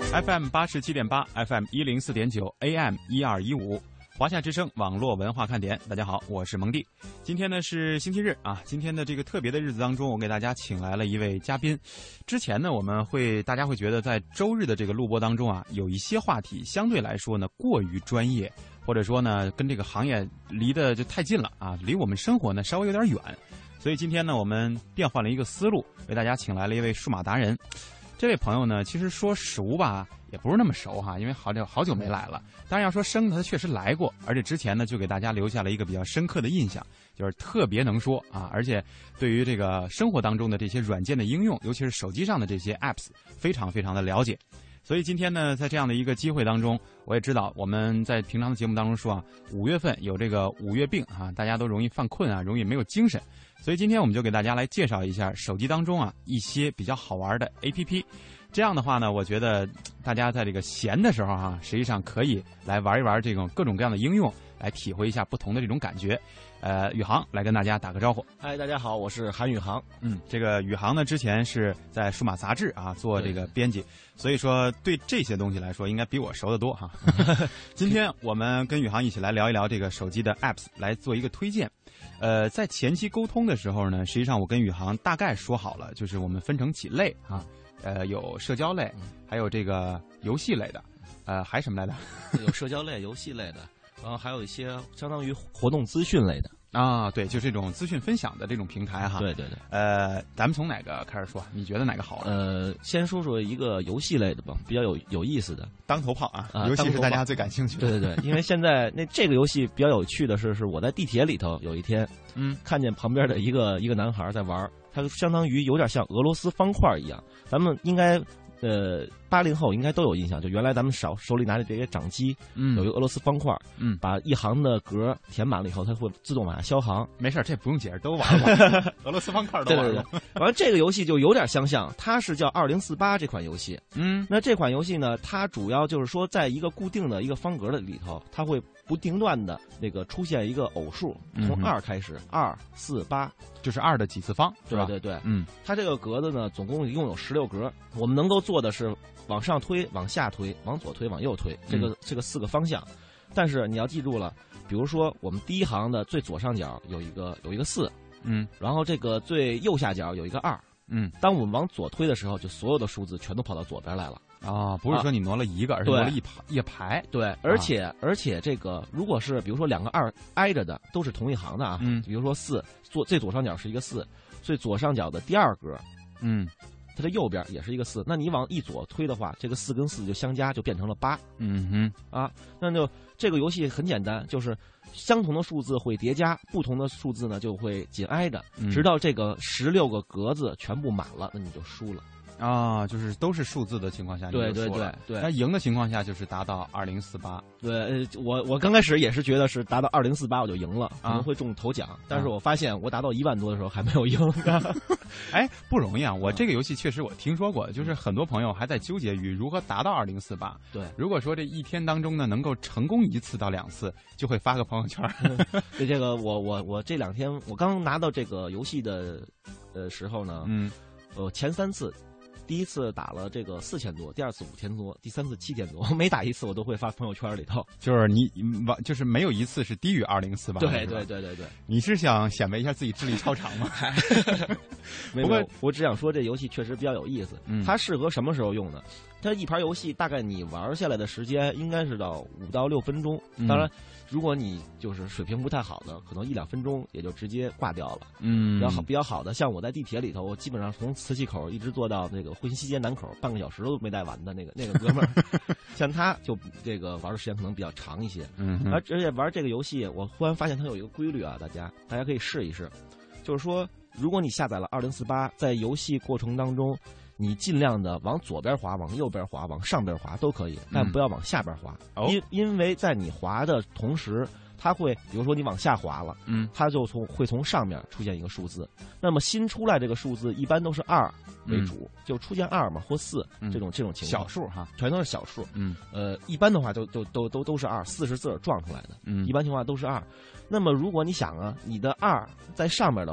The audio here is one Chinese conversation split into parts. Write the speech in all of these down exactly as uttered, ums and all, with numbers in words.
F M 八十七点八 ，F M 一零四点九 ，A M 一二一五，华夏之声网络文化看点。大家好，我是蒙蒂。今天呢是星期日啊，今天的这个特别的日子当中，我给大家请来了一位嘉宾。之前呢，我们会大家会觉得在周日的这个录播当中啊，有一些话题相对来说呢过于专业，或者说呢跟这个行业离得就太近了啊，离我们生活呢稍微有点远。所以今天呢，我们变换了一个思路，为大家请来了一位数码达人。这位朋友呢，其实说熟吧，也不是那么熟哈，因为好久好久没来了。当然要说生，他确实来过，而且之前呢，就给大家留下了一个比较深刻的印象，就是特别能说啊，而且对于这个生活当中的这些软件的应用，尤其是手机上的这些 apps， 非常非常的了解。所以今天呢，在这样的一个机会当中，我也知道我们在平常的节目当中说啊，五月份有这个五月病啊，大家都容易犯困啊，容易没有精神。所以今天我们就给大家来介绍一下手机当中啊一些比较好玩的 A P P。这样的话呢，我觉得大家在这个闲的时候哈、啊，实际上可以来玩一玩这种各种各样的应用，来体会一下不同的这种感觉。呃，宇航来跟大家打个招呼。 嗨，大家好，我是韩宇航。 嗯，这个宇航呢，之前是在数码杂志啊做这个编辑，所以说对这些东西来说，应该比我熟得多哈。今天我们跟宇航一起来聊一聊这个手机的 apps， 来做一个推荐。呃，在前期沟通的时候呢，实际上我跟宇航大概说好了，就是我们分成几类啊，呃，有社交类，还有这个游戏类的，呃，还什么来的？ 有社交类、游戏类的，然后还有一些相当于活动资讯类的啊，对，就这种资讯分享的这种平台哈。 对对对。 呃，咱们从哪个开始说？你觉得哪个好？ 呃，先说说一个游戏类的吧，比较有有意思的。 当头炮啊， 啊游戏是大家最感兴趣的。 对对对，因为现在那这个游戏比较有趣的是，是我在地铁里头有一天， 嗯， 看见旁边的一个一个男孩在玩，他相当于有点像俄罗斯方块一样，咱们应该。呃，八零后应该都有印象，就原来咱们手手里拿的这些掌机， 嗯，有一个俄罗斯方块， 嗯， 把一行的格填满了以后，它会自动往下消行。 没事，这不用解释，都玩了。俄罗斯方块都玩了。 对对对。完了，这个游戏就有点相像，它是叫二零四八这款游戏。 嗯， 那这款游戏呢，它主要就是说，在一个固定的一个方格的里头，它会不定断的那个出现一个偶数，从二开始，二四八， 就是二的几次方，是吧？ 对对对， 嗯， 它这个格子呢，总共一共有十六格，我们能够做的是往上推、往下推、往左推、往右推，这个、嗯、这个四个方向。但是你要记住了，比如说我们第一行的最左上角有一个有一个四， 嗯， 然后这个最右下角有一个二， 嗯， 当我们往左推的时候，就所有的数字全都跑到左边来了。 啊、哦，不是说你挪了一个，啊、而是挪了一排一排。 对，而且、啊、而且这个如果是比如说两个二挨着的，都是同一行的啊， 嗯， 比如说四，左最左上角是一个四，最左上角的第二格， 嗯， 它的右边也是一个四，那你往一左推的话，这个四跟四就相加，就变成了八。 嗯哼， 啊，那就这个游戏很简单，就是相同的数字会叠加，不同的数字呢就会紧挨着， 嗯、 直到这个十六个格子全部满了，那你就输了。 啊，就是都是数字的情况下， 对对对对， 那赢的情况下就是达到二零四八。 对，我我刚开始也是觉得是达到二零四八我就赢了，可能会中头奖，啊、但是我发现我达到一万多的时候还没有赢。 哎，不容易啊！我这个游戏确实我听说过，就是很多朋友还在纠结于如何达到二零四八。 对， 如果说这一天当中呢能够成功一次到两次，就会发个朋友圈。 对、嗯、这个，我我我这两天我刚拿到这个游戏的呃时候呢， 嗯， 呃前三次。第一次打了这个四千多，第二次五千多，第三次七千多。每打一次，我都会发朋友圈里头。 就是你完，就是没有一次是低于二零四八。 对对对对对。 你是想显摆一下自己智力超常吗？ 不过我只想说，这游戏确实比较有意思。 嗯， 它适合什么时候用呢？它一盘游戏大概你玩下来的时间应该是到五到六分钟。当然，如果你就是水平不太好的，可能一两分钟也就直接挂掉了。 嗯， 然后比较好的，像我在地铁里头，我基本上从磁器口一直坐到那个惠新西街南口，半个小时都没带完的那个那个哥们儿，像他就这个玩的时间可能比较长一些。 嗯， 而而且玩这个游戏，我忽然发现它有一个规律啊，大家大家可以试一试，就是说，如果你下载了二零四八，在游戏过程当中。你尽量的往左边滑，往右边滑，往上边滑都可以，但不要往下边滑。 嗯、 因因为在你滑的同时，它会，比如说你往下滑了， 嗯， 它就从会从上面出现一个数字。那么新出来这个数字一般都是二为主，嗯、就出现二嘛或四、嗯、这种这种情况。 小数哈， 全都是小数。 嗯， 呃，一般的话都都都都都是二，四是自个儿撞出来的。 嗯， 一般情况下都是二。那么如果你想啊，你的二在上面的话。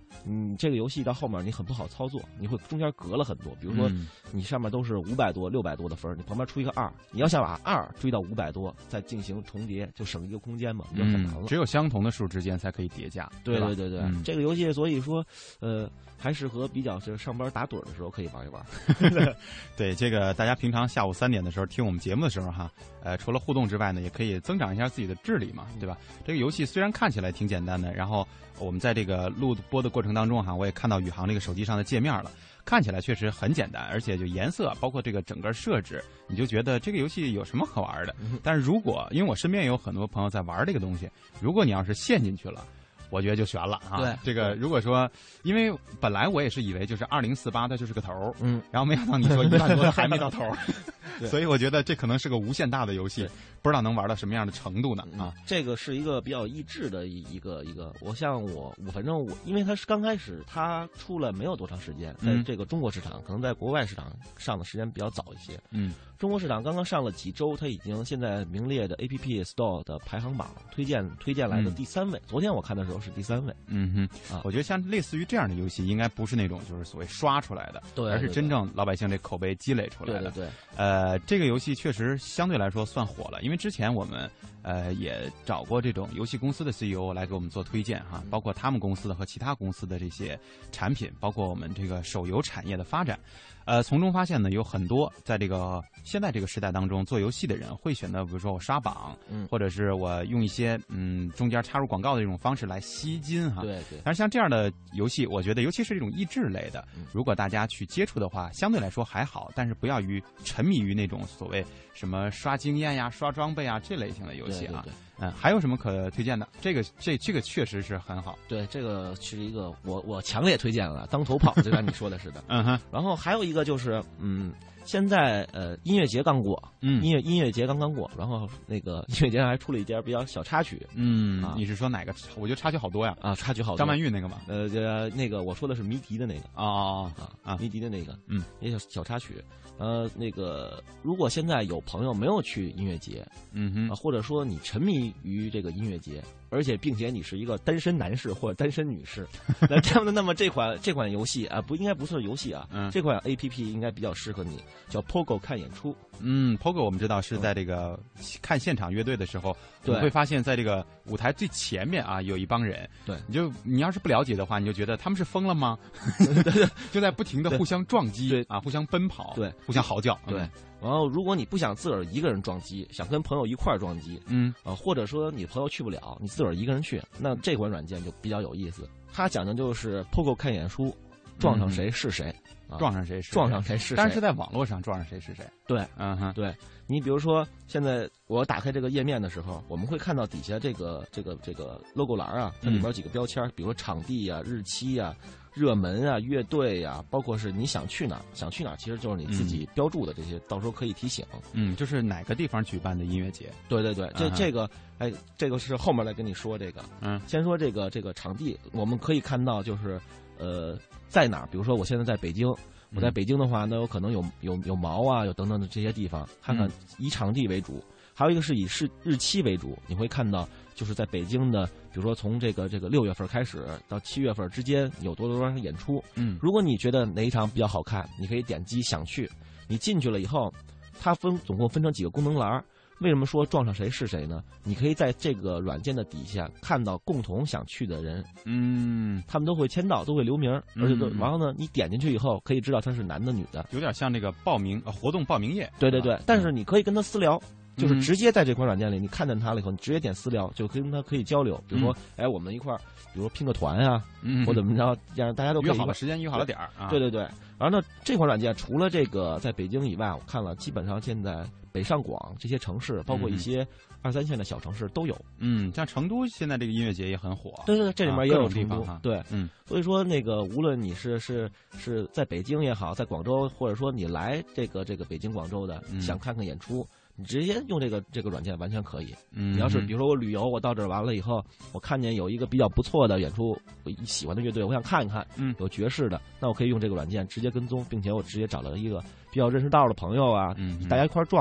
你这个游戏到后面你很不好操作，你会中间隔了很多，比如说你上面都是五百多、六百多的分，你旁边出一个二，你要想把二追到五百多，再进行重叠，就省一个空间嘛，就很难了。 嗯、只有相同的数之间才可以叠加。 对对对对对， 嗯、 这个游戏所以说，呃，还适合比较就是上班打盹的时候可以玩一玩。 对，这个大家平常下午三点的时候听我们节目的时候哈，呃，除了互动之外呢，也可以增长一下自己的智力嘛，对吧？这个游戏虽然看起来挺简单的，然后我们在这个录播的过程当中哈，我也看到宇航这个手机上的界面了，看起来确实很简单，而且就颜色包括这个整个设置，你就觉得这个游戏有什么可玩的？但是如果因为我身边也有很多朋友在玩这个东西，如果你要是陷进去了。我觉得就悬了啊！ 对， 这个如果说，因为本来我也是以为就是二零四八它就是个头， 嗯， 然后没想到你说一万多还没到头，所以我觉得这可能是个无限大的游戏，不知道能玩到什么样的程度呢？啊， 这个是一个比较益智的一一个一个，我像我我反正我，因为它是刚开始它出了没有多长时间，在这个中国市场，嗯、可能在国外市场上的时间比较早一些， 嗯， 中国市场刚刚上了几周，它已经现在名列的 A P P Store 的排行榜推荐推荐来的第三位，嗯、昨天我看的时候是第三位。 嗯哼，啊，我觉得像类似于这样的游戏，应该不是那种就是所谓刷出来的， 对， 而是真正老百姓这口碑积累出来的。 对对对。 呃，这个游戏确实相对来说算火了，因为之前我们呃也找过这种游戏公司的 C E O 来给我们做推荐哈，包括他们公司的和其他公司的这些产品，包括我们这个手游产业的发展。呃，从中发现呢，有很多在这个现在这个时代当中做游戏的人会选择，比如说我刷榜， 嗯， 或者是我用一些嗯中间插入广告的这种方式来吸金哈。 对对。 但是像这样的游戏，我觉得尤其是这种益智类的，如果大家去接触的话，相对来说还好，但是不要于沉迷于那种所谓什么刷经验呀、刷装备啊这类型的游戏啊。 对对对。 嗯，还有什么可推荐的？这个这这个确实是很好。 对，这个是一个我我强烈推荐了，当头炮，就像你说的似的。 嗯哼。 然后还有一个就是，嗯，现在呃音乐节刚过， 嗯， 音乐音乐节刚刚过，然后那个音乐节上还出了一节比较小插曲。 嗯， 啊、 你是说哪个？我觉得插曲好多呀。 啊，插曲好多。 张曼玉那个吗？ 呃呃，那个我说的是迷笛的那个。 哦哦哦啊啊，迷笛的那个， 嗯， 也小小插曲。呃，那个，如果现在有朋友没有去音乐节， 嗯哼、 啊，或者说你沉迷于这个音乐节，而且并且你是一个单身男士或者单身女士，那这样的，那么这款这款游戏啊，不应该不是游戏啊， 嗯， 这款 A P P 应该比较适合你，叫 Pogo 看演出。 嗯 ，Pogo 我们知道是在这个看现场乐队的时候， 对， 你会发现在这个舞台最前面啊有一帮人， 对， 你就你要是不了解的话，你就觉得他们是疯了吗？就在不停的互相撞击， 对啊，互相奔跑， 对， 互相嚎叫， 对。然后，如果你不想自个儿一个人撞击，想跟朋友一块儿撞击， 嗯， 啊，或者说你朋友去不了，你自个儿一个人去，那这款软件就比较有意思。它讲的就是 Pogo 看演出，撞上谁是谁， 嗯啊、撞上谁是谁撞上谁是谁， 但是在网络上撞上谁是谁。 对， 嗯哼， 对。你比如说，现在我打开这个页面的时候，我们会看到底下这个这个这个 logo 栏啊，它里边几个标签，嗯、比如说场地呀、啊、日期呀、啊。热门啊，乐队呀、啊，包括是你想去哪儿，想去哪儿，其实就是你自己标注的这些，嗯、到时候可以提醒。 嗯，就是哪个地方举办的音乐节？ 对对对，这、嗯、这个，哎，这个是后面来跟你说这个。 嗯， 先说这个这个场地，我们可以看到就是呃在哪儿，比如说我现在在北京，我在北京的话，那有可能有有有毛啊，有等等的这些地方，看看以场地为主。嗯，还有一个是以是日期为主，你会看到就是在北京的，比如说从这个这个六月份开始到七月份之间有多多少场演出。 嗯， 如果你觉得哪一场比较好看，你可以点击想去。你进去了以后，它分总共分成几个功能栏。为什么说撞上谁是谁呢？你可以在这个软件的底下看到共同想去的人， 嗯， 他们都会签到，都会留名，而且都，然后呢，你点进去以后可以知道他是男的女的， 有点像那个报名呃活动报名页。 对对对， 啊、 但是你可以跟他私聊。就是直接在这款软件里，你看见他了以后，你直接点私聊，就跟他可以交流。比如说，嗯、哎，我们一块儿，比如说拼个团啊， 嗯， 或怎么着，让大家都可以约好了时间，约好了点儿。 对对对。然后呢，这款软件除了这个在北京以外，我看了，基本上现在北上广这些城市，包括一些二三线的小城市都有。 嗯，像成都现在这个音乐节也很火。 对对对，这里面也有地方哈。 对， 嗯。 所以说，那个无论你是是是在北京也好，在广州，或者说你来这个这个北京、广州的， 嗯、 想看看演出。你直接用这个这个软件完全可以。 嗯， 你要是比如说我旅游，我到这儿完了以后，我看见有一个比较不错的演出，我喜欢的乐队，我想看一看， 嗯， 有爵士的，那我可以用这个软件直接跟踪，并且我直接找了一个比较认识道的朋友啊， 嗯， 大家一块儿撞呗。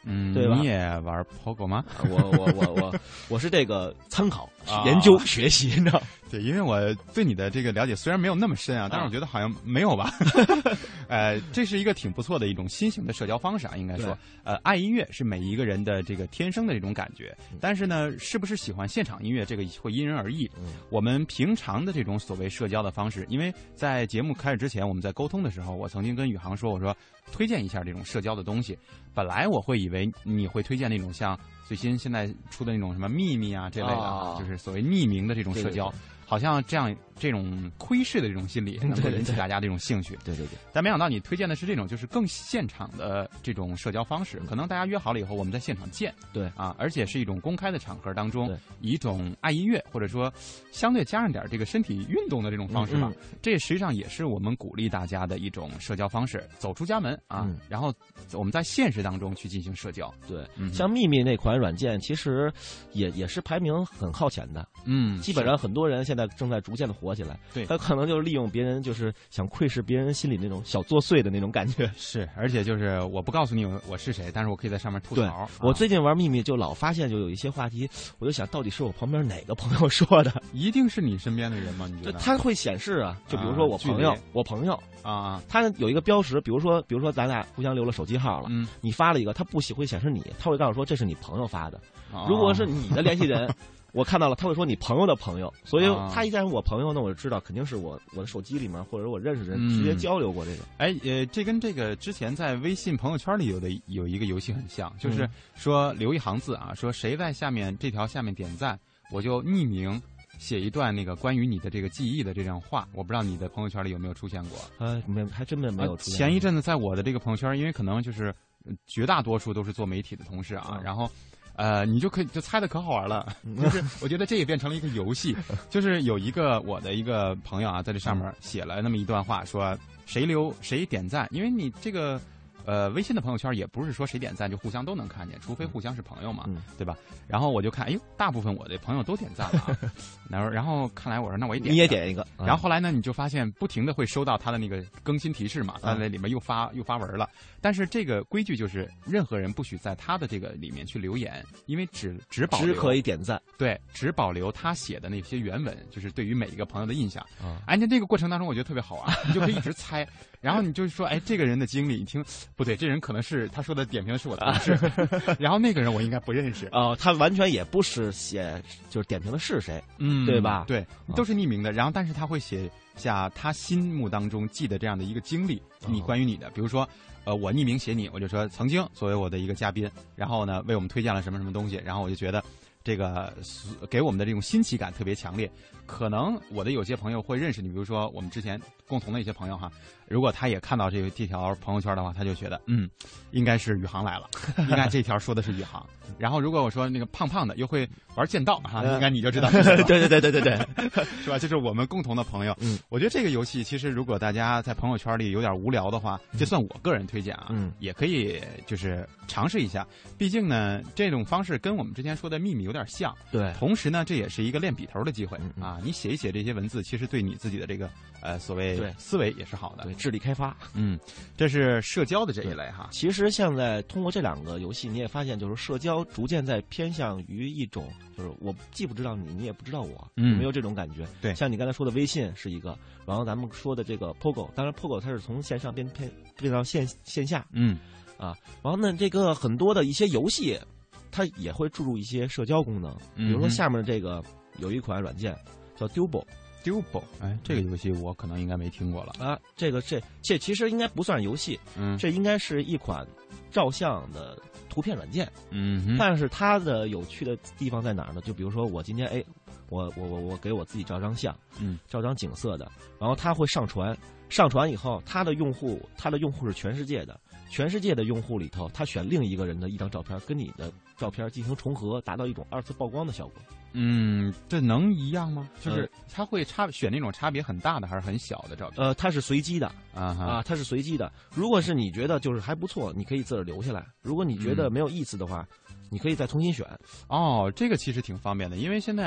嗯， 对吧？ 你也玩 P O G O 吗？ 我我我我我是这个参考、 啊、 研究、学习，你知道？ 对，因为我对你的这个了解虽然没有那么深啊，但是我觉得好像没有吧。呃，这是一个挺不错的一种新型的社交方式啊，应该说，呃，爱音乐是每一个人的这个天生的这种感觉，但是呢，是不是喜欢现场音乐，这个会因人而异。嗯、我们平常的这种所谓社交的方式，因为在节目开始之前，我们在沟通的时候，我曾经跟宇航说，我说推荐一下这种社交的东西。本来我会以为你会推荐那种像最新现在出的那种什么秘密啊这类的，啊、就是所谓匿名的这种社交。对对对，好像这样这种窥视的这种心理能够引起大家这种兴趣， 对对对。 但没想到你推荐的是这种就是更现场的这种社交方式，可能大家约好了以后我们在现场见， 对啊，而且是一种公开的场合当中，以一种爱音乐或者说相对加上点这个身体运动的这种方式吧，嗯嗯，这实际上也是我们鼓励大家的一种社交方式，走出家门啊，嗯、然后我们在现实当中去进行社交。 对，嗯、像秘密那款软件，其实也也是排名很靠前的，嗯，基本上很多人现在正在逐渐的火起来。 对， 他可能就是利用别人就是想窥视别人心里那种小作祟的那种感觉。 是，而且就是我不告诉你我我是谁，但是我可以在上面吐槽。 对，啊、我最近玩秘密就老发现就有一些话题，我就想到底是我旁边哪个朋友说的？ 一定是你身边的人吗？你觉得？ 他会显示啊，就比如说我朋友，啊、我朋友啊， 他有一个标识，比如说比如说咱俩互相留了手机号了，嗯，你发了一个，他不会显示你，他会告诉说这是你朋友发的。啊、如果是你的联系人。我看到了，他会说你朋友的朋友，所以他一旦是我朋友呢，我就知道肯定是我我的手机里面或者我认识人直接交流过这个。 哎、嗯，呃，这跟这个之前在微信朋友圈里有的有一个游戏很像，就是说留一行字啊，说谁在下面这条下面点赞，我就匿名写一段那个关于你的这个记忆的这样话。我不知道你的朋友圈里有没有出现过？ 呃，没，还真的没有出现过。 前一阵子在我的这个朋友圈，因为可能就是绝大多数都是做媒体的同事啊，嗯、然后。呃，你就可以就猜的可好玩了，就是我觉得这也变成了一个游戏，就是有一个我的一个朋友啊，在这上面写了那么一段话，说谁留谁点赞，因为你这个呃微信的朋友圈也不是说谁点赞就互相都能看见，除非互相是朋友嘛，嗯、对吧？然后我就看，哎呦，大部分我的朋友都点赞了啊，然后然后看来我说那我也点， 你也点一个， 然后后来呢，你就发现不停的会收到他的那个更新提示嘛，他在里面又发又发文了。但是这个规矩就是，任何人不许在他的这个里面去留言，因为只只保留只可以点赞， 对，只保留他写的那些原文，就是对于每一个朋友的印象。嗯、哎，那这个过程当中，我觉得特别好玩，你就可以一直猜，然后你就说，哎，这个人的经历，你听不对，这人可能是他说的点评的是我同事，然后那个人我应该不认识哦、呃，他完全也不是写就是点评的是谁，嗯，对吧？ 对，都是匿名的，然后但是他会写下他心目当中记得这样的一个经历，你关于你的，比如说。呃，我匿名写你，我就说曾经作为我的一个嘉宾，然后呢为我们推荐了什么什么东西，然后我就觉得这个给我们的这种新奇感特别强烈。可能我的有些朋友会认识你，比如说我们之前共同的一些朋友哈，如果他也看到这个这条朋友圈的话，他就觉得嗯，应该是宇航来了，应该这条说的是宇航。然后如果我说那个胖胖的又会玩剑道哈，应该你就知道是对对对对对对， 是吧？这是我们共同的朋友。嗯，我觉得这个游戏其实如果大家在朋友圈里有点无聊的话，这算我个人推荐啊，嗯，也可以就是尝试一下。毕竟呢，这种方式跟我们之前说的秘密有点像， 对。 同时呢，这也是一个练笔头的机会啊。你写一写这些文字，其实对你自己的这个呃所谓思维也是好的， 对智力开发。 嗯，这是社交的这一类哈。 其实现在通过这两个游戏，你也发现就是社交逐渐在偏向于一种，就是我既不知道你，你也不知道我，嗯、有没有这种感觉？ 对， 像你刚才说的微信是一个，然后咱们说的这个 P O G O， 当然 P O G O 它是从线上变变变到线线下，嗯，啊，然后呢，这个很多的一些游戏，它也会注入一些社交功能，比如说下面这个有一款软件。叫 Dubo，Dubo， 哎，这个游戏我可能应该没听过了啊。这个这这其实应该不算游戏，嗯，这应该是一款照相的图片软件，嗯，但是它的有趣的地方在哪儿呢？就比如说我今天哎，我我我我给我自己照张相，嗯，照张景色的，然后它会上传，上传以后，它的用户，它的用户是全世界的，全世界的用户里头，他选另一个人的一张照片，跟你的照片进行重合，达到一种二次曝光的效果。 嗯，这能一样吗？就是它会差选那种差别很大的还是很小的照片？ 呃，它是随机的啊啊，它是随机的。如果是你觉得就是还不错，你可以自个儿留下来；如果你觉得没有意思的话，嗯、你可以再重新选。 哦，这个其实挺方便的，因为现在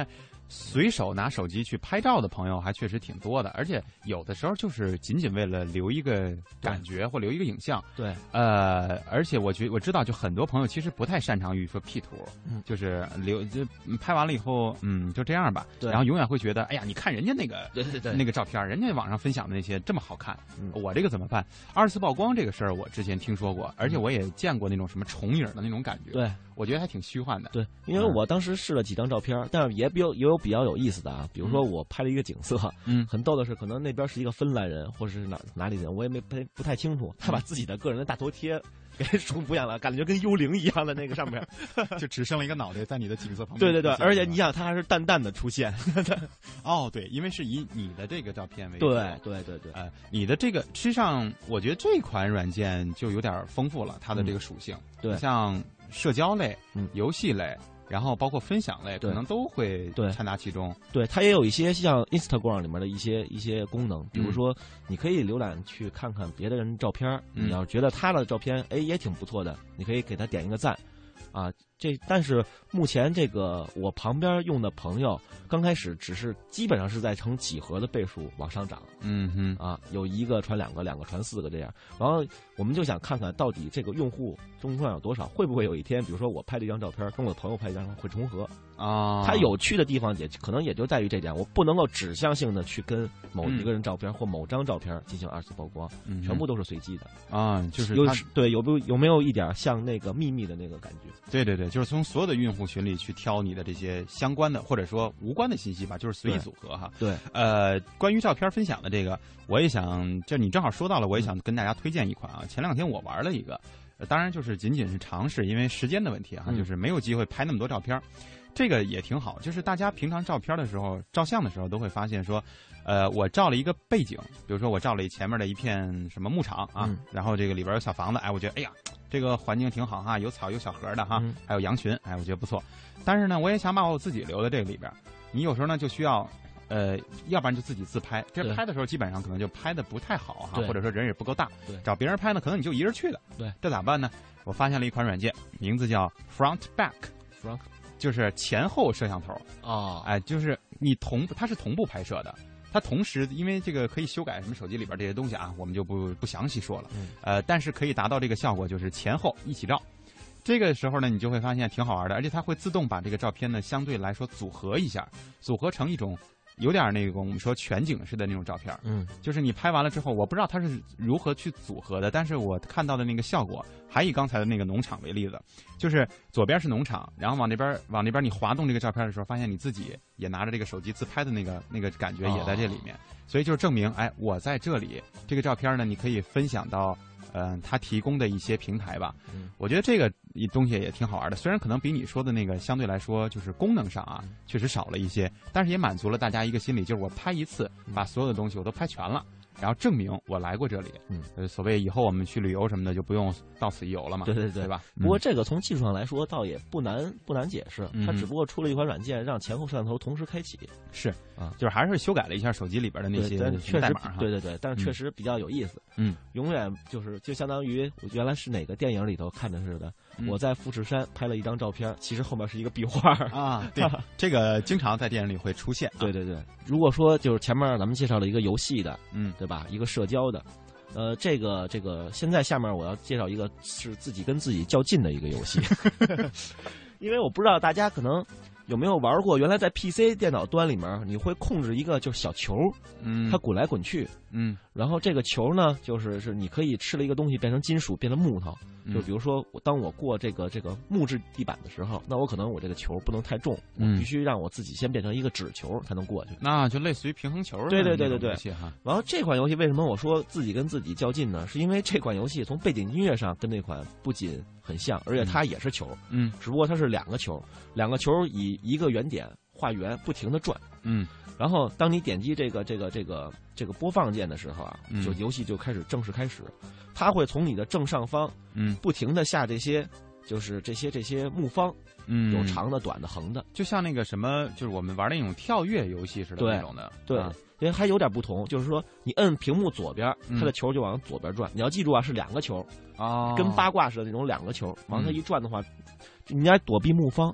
随手拿手机去拍照的朋友还确实挺多的，而且有的时候就是仅仅为了留一个感觉或留一个影像。 对， 呃，而且我觉我知道，就很多朋友其实不太擅长于说 P 图， 嗯， 就是留就拍完了以后，嗯，就这样吧。 对， 然后永远会觉得，哎呀，你看人家那个， 对对对， 那个照片，人家网上分享的那些这么好看， 嗯、 我这个怎么办？二次曝光这个事儿，我之前听说过，而且我也见过那种什么重影的那种感觉。 对。 我觉得还挺虚幻的。 对，因为我当时试了几张照片，但是也比有也有比较有意思的啊。比如说我拍了一个景色，嗯，很逗的是，可能那边是一个芬兰人，或者是哪哪里人，我也没不不太清楚。他把自己的个人的大头贴给树不养了，感觉跟幽灵一样的那个上面， 就只剩了一个脑袋在你的景色旁边。 对对对，而且你想，他还是淡淡的出现。 哦，对，因为是以你的这个照片为主。 对对对对， 呃，你的这个实际上，我觉得这款软件就有点丰富了，它的这个属性。 嗯、对， 像社交类、 嗯、 游戏类，然后包括分享类，可能都会掺杂其中。 对，它也有一些像 Instagram 里面的一些一些功能，比如说你可以浏览去看看别的人照片， 嗯、 你要觉得他的照片哎也挺不错的，你可以给他点一个赞，啊。这但是目前这个我旁边用的朋友刚开始只是基本上是在呈几何的倍数往上涨， 嗯哼啊，有一个传两个，两个传四个这样，然后我们就想看看到底这个用户总数量有多少，会不会有一天，比如说我拍了一张照片跟我的朋友拍一张会重合啊？ 它有趣的地方也可能也就在于这点，我不能够指向性的去跟某一个人照片、嗯、或某张照片进行二次曝光， 嗯、 全部都是随机的啊，就是有对有没有有没有一点像那个秘密的那个感觉？ 对对对。就是从所有的用户群里去挑你的这些相关的或者说无关的信息吧，就是随意组合哈。 对， 呃，关于照片分享的这个，我也想，这你正好说到了，我也想跟大家推荐一款啊。前两天我玩了一个，呃、当然就是仅仅是尝试，因为时间的问题啊， 嗯、 就是没有机会拍那么多照片。这个也挺好，就是大家平常照片的时候、照相的时候都会发现说，呃，我照了一个背景，比如说我照了前面的一片什么牧场啊， 嗯、 然后这个里边有小房子，哎，我觉得哎呀，这个环境挺好哈，有草有小河的哈， 嗯、 还有羊群，哎，我觉得不错。但是呢，我也想把我自己留在这个里边。你有时候呢就需要，呃，要不然就自己自拍。这拍的时候基本上可能就拍的不太好哈，或者说人也不够大。找别人拍呢，可能你就一人去的。 对， 这咋办呢？我发现了一款软件，名字叫 Front Back。Front 就是前后摄像头哦， 哎，就是你同它是同步拍摄的，它同时因为这个可以修改什么手机里边这些东西啊，我们就不不详细说了。 嗯、 呃，但是可以达到这个效果，就是前后一起照。这个时候呢，你就会发现挺好玩的，而且它会自动把这个照片呢相对来说组合一下，组合成一种有点那种我们说全景式的那种照片。 嗯， 就是你拍完了之后，我不知道它是如何去组合的，但是我看到的那个效果，还以刚才的那个农场为例子，就是左边是农场，然后往那边往那边你滑动这个照片的时候，发现你自己也拿着这个手机自拍的那个那个感觉也在这里面，哦、所以就是证明，哎，我在这里，这个照片呢，你可以分享到。嗯、呃，他提供的一些平台吧， 嗯， 我觉得这个东西也挺好玩的。虽然可能比你说的那个相对来说就是功能上啊，确实少了一些，但是也满足了大家一个心理，就是我拍一次，把所有的东西我都拍全了，然后证明我来过这里。 嗯， 呃，所谓以后我们去旅游什么的就不用到此一游了嘛。 对对对， 对吧？ 不过这个从技术上来说倒也不难不难解释， 嗯、 它只不过出了一款软件让前后摄像头同时开启。 是啊， 就是还是修改了一下手机里边的那些代码哈。 对对对，但是确实比较有意思。 嗯， 永远就是就相当于我原来是哪个电影里头看的似的，嗯、我在富士山拍了一张照片，其实后面是一个壁画啊。对，这个经常在电影里会出现。啊、 对对对，如果说就是前面咱们介绍了一个游戏的， 嗯， 对吧？一个社交的。呃，这个这个，现在下面我要介绍一个是自己跟自己较劲的一个游戏，因为我不知道大家可能有没有玩过，原来在 P C 电脑端里面，你会控制一个就是小球， 嗯， 它滚来滚去， 嗯， 然后这个球呢，就是是你可以吃了一个东西变成金属，变成木头， 嗯、 就比如说我当我过这个这个木质地板的时候，那我可能我这个球不能太重， 嗯、 我必须让我自己先变成一个纸球才能过去， 那就类似于平衡球的对对对对对。 哈。 然后这款游戏为什么我说自己跟自己较劲呢？是因为这款游戏从背景音乐上跟那款不仅很像，而且它也是球， 嗯， 只不过它是两个球，两个球以一个圆点画圆，不停的转， 嗯， 然后当你点击这个这个这个这个播放键的时候啊， 嗯、 就游戏就开始正式开始，它会从你的正上方， 嗯， 不停的下这些就是这些这些木方， 嗯， 有长的、短的、横的， 就像那个什么，就是我们玩的那种跳跃游戏似的那种的， 对。 啊因为还有点不同，就是说你摁屏幕左边， 嗯、 它的球就往左边转。你要记住啊，是两个球啊， 跟八卦似的那种两个球，往它一转的话，嗯、你要躲避木方。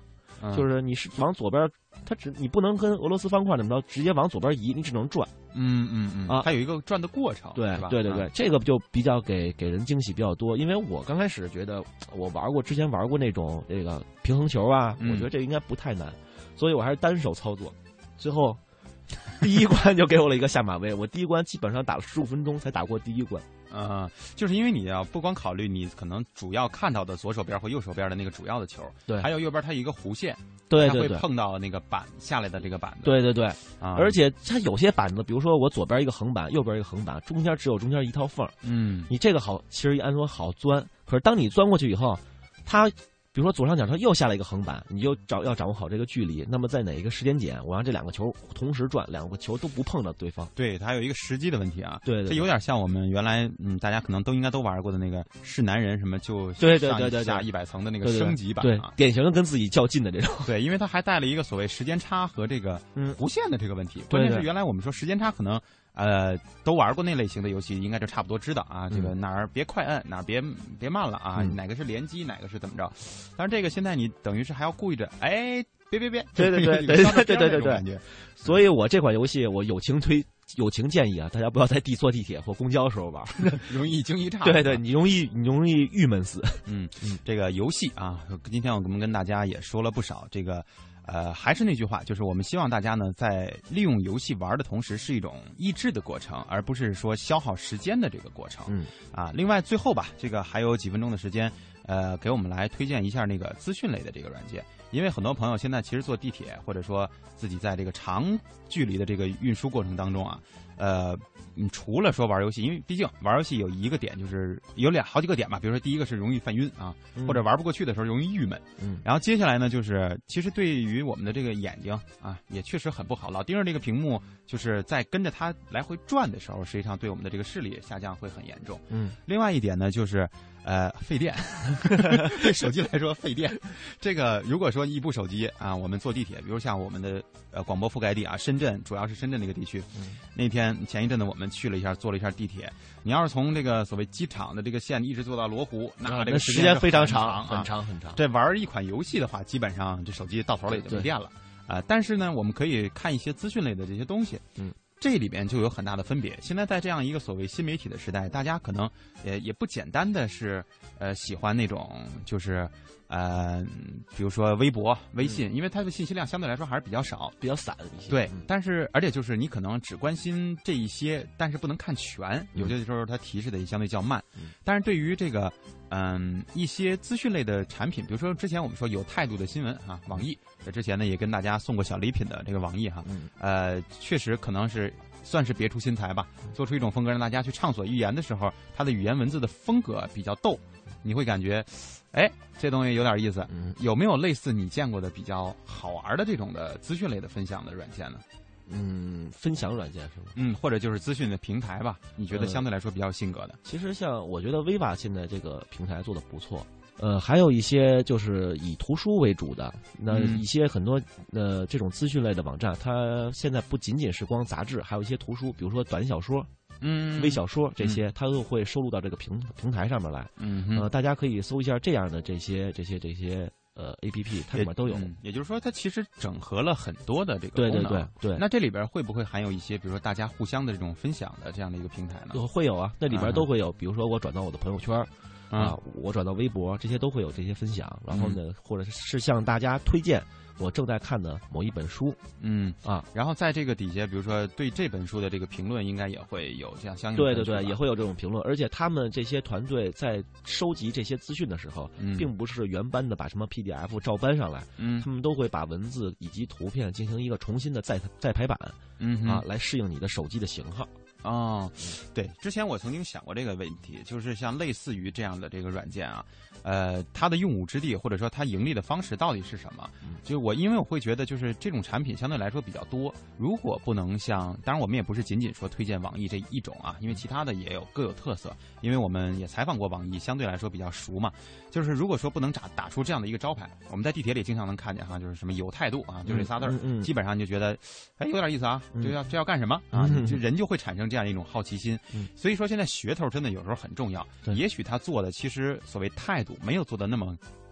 嗯、 就是你是往左边，它只你不能跟俄罗斯方块那么着直接往左边移，你只能转。 嗯嗯嗯啊，它有一个转的过程， 对吧？ 对对对， 嗯、 这个就比较给给人惊喜比较多。因为我刚开始觉得我玩过，之前玩过那种这个平衡球啊， 嗯、 我觉得这应该不太难，所以我还是单手操作。最后第一关就给我了一个下马威，我第一关基本上打了十五分钟才打过第一关。 呃，就是因为你要不光考虑你可能主要看到的左手边或右手边的那个主要的球， 对， 还有右边它有一个弧线， 对对对， 它会碰到那个板下来的这个板子， 对对对， 啊， 而且它有些板子，比如说我左边一个横板，右边一个横板，中间只有中间一条缝， 嗯， 你这个好，其实按说好钻，可是当你钻过去以后，它。比如说左上角它又下了一个横板，你就找要掌握好这个距离。那么在哪一个时间点，我让这两个球同时转，两个球都不碰到对方。 对，它还有一个时机的问题啊。 对, 对, 对， 这有点像我们原来嗯，大家可能都应该都玩过的那个是男人什么就对对对对下一百层的那个升级版啊，对，典型的跟自己较劲的这种。 对，因为它还带了一个所谓时间差和这个弧线的这个问题。 嗯、 关键是原来我们说时间差可能。呃，都玩过那类型的游戏，应该就差不多知道啊。这个哪儿别快摁，哪儿别别慢了啊。 嗯、 哪个是联机，哪个是怎么着？但是这个现在你等于是还要顾着，哎，别别别， 对对对对对对对对对。所以我这款游戏我友情推友情建议啊，大家不要在地坐地铁或公交时候玩， 容易一惊一乍。 对对，你容易你容易郁闷死。 嗯嗯，这个游戏啊，今天我们跟大家也说了不少这个。呃，还是那句话，就是我们希望大家呢，在利用游戏玩的同时，是一种益智的过程，而不是说消耗时间的这个过程。 嗯， 啊，另外最后吧，这个还有几分钟的时间，呃，给我们来推荐一下那个资讯类的这个软件，因为很多朋友现在其实坐地铁，或者说自己在这个长距离的这个运输过程当中啊，呃。你除了说玩游戏，因为毕竟玩游戏有一个点，就是有俩好几个点吧。比如说，第一个是容易犯晕啊， 嗯、 或者玩不过去的时候容易郁闷。 嗯， 然后接下来呢，就是其实对于我们的这个眼睛啊，也确实很不好。老盯着这个屏幕，就是在跟着它来回转的时候，实际上对我们的这个视力下降会很严重。 嗯， 另外一点呢，就是呃费电，对手机来说费电。这个如果说一部手机啊，我们坐地铁，比如像我们的呃广播覆盖地啊，深圳主要是深圳那个地区， 嗯、 那天前一阵子我们去了一下，坐了一下地铁。你要是从这个所谓机场的这个线一直坐到罗湖，那这个时间非常长， 很长很长。 这玩一款游戏的话，基本上这手机到头了也就没电了啊、呃。但是呢，我们可以看一些资讯类的这些东西， 嗯， 这里边就有很大的分别。现在在这样一个所谓新媒体的时代，大家可能也也不简单的是呃喜欢那种就是呃比如说微博、微信， 嗯、 因为它的信息量相对来说还是比较少， 比较散一些。 对， 嗯、 但是而且就是你可能只关心这一些，但是不能看全，有些时候它提示的也相对较慢。 嗯、 但是对于这个嗯一些资讯类的产品，比如说之前我们说有态度的新闻啊，网易在之前呢也跟大家送过小礼品的这个网易哈， 嗯、 呃确实可能是算是别出心裁吧，做出一种风格让大家去畅所欲言的时候，它的语言文字的风格比较逗，你会感觉哎这东西有点意思。 嗯、 有没有类似你见过的比较好玩的这种的资讯类的分享的软件呢？ 嗯，分享软件是吗？ 嗯，或者就是资讯的平台吧，你觉得相对来说比较有性格的？ 嗯、其实像我觉得 Viva 现在这个平台做的不错。呃，还有一些就是以图书为主的，那一些很多、嗯、呃这种资讯类的网站，它现在不仅仅是光杂志，还有一些图书，比如说短小说、 嗯、 微小说这些， 嗯、 它都会收录到这个平平台上面来。 嗯， 呃，大家可以搜一下这样的这些这些这些呃 A P P， 它里面都有、 嗯。也就是说，它其实整合了很多的这个对功能。 对对对。 那这里边会不会含有一些，比如说大家互相的这种分享的这样的一个平台呢？ 会有啊，那里边都会有，嗯、比如说我转到我的朋友圈。啊，我转到微博，这些都会有这些分享，然后呢， 嗯、 或者是向大家推荐我正在看的某一本书， 嗯啊， 然后在这个底下，比如说对这本书的这个评论，应该也会有这样相应的对对对，也会有这种评论，而且他们这些团队在收集这些资讯的时候， 嗯、 并不是原班的把什么 P D F 照搬上来， 嗯， 他们都会把文字以及图片进行一个重新的再再排版， 嗯啊，来适应你的手机的型号。 哦，对，之前我曾经想过这个问题，就是像类似于这样的这个软件啊，呃，它的用武之地或者说它盈利的方式到底是什么？就我因为我会觉得，就是这种产品相对来说比较多，如果不能像，当然我们也不是仅仅说推荐网易这一种啊，因为其他的也有各有特色，因为我们也采访过网易，相对来说比较熟嘛。就是如果说不能打打出这样的一个招牌，我们在地铁里经常能看见哈，就是什么有态度啊，就这仨字儿， 嗯嗯嗯、 基本上就觉得，哎，有点意思啊，这要这要干什么啊？这人就会产生这样一种好奇心。 嗯、 所以说现在噱头真的有时候很重要，也许他做的其实所谓态度没有做的那么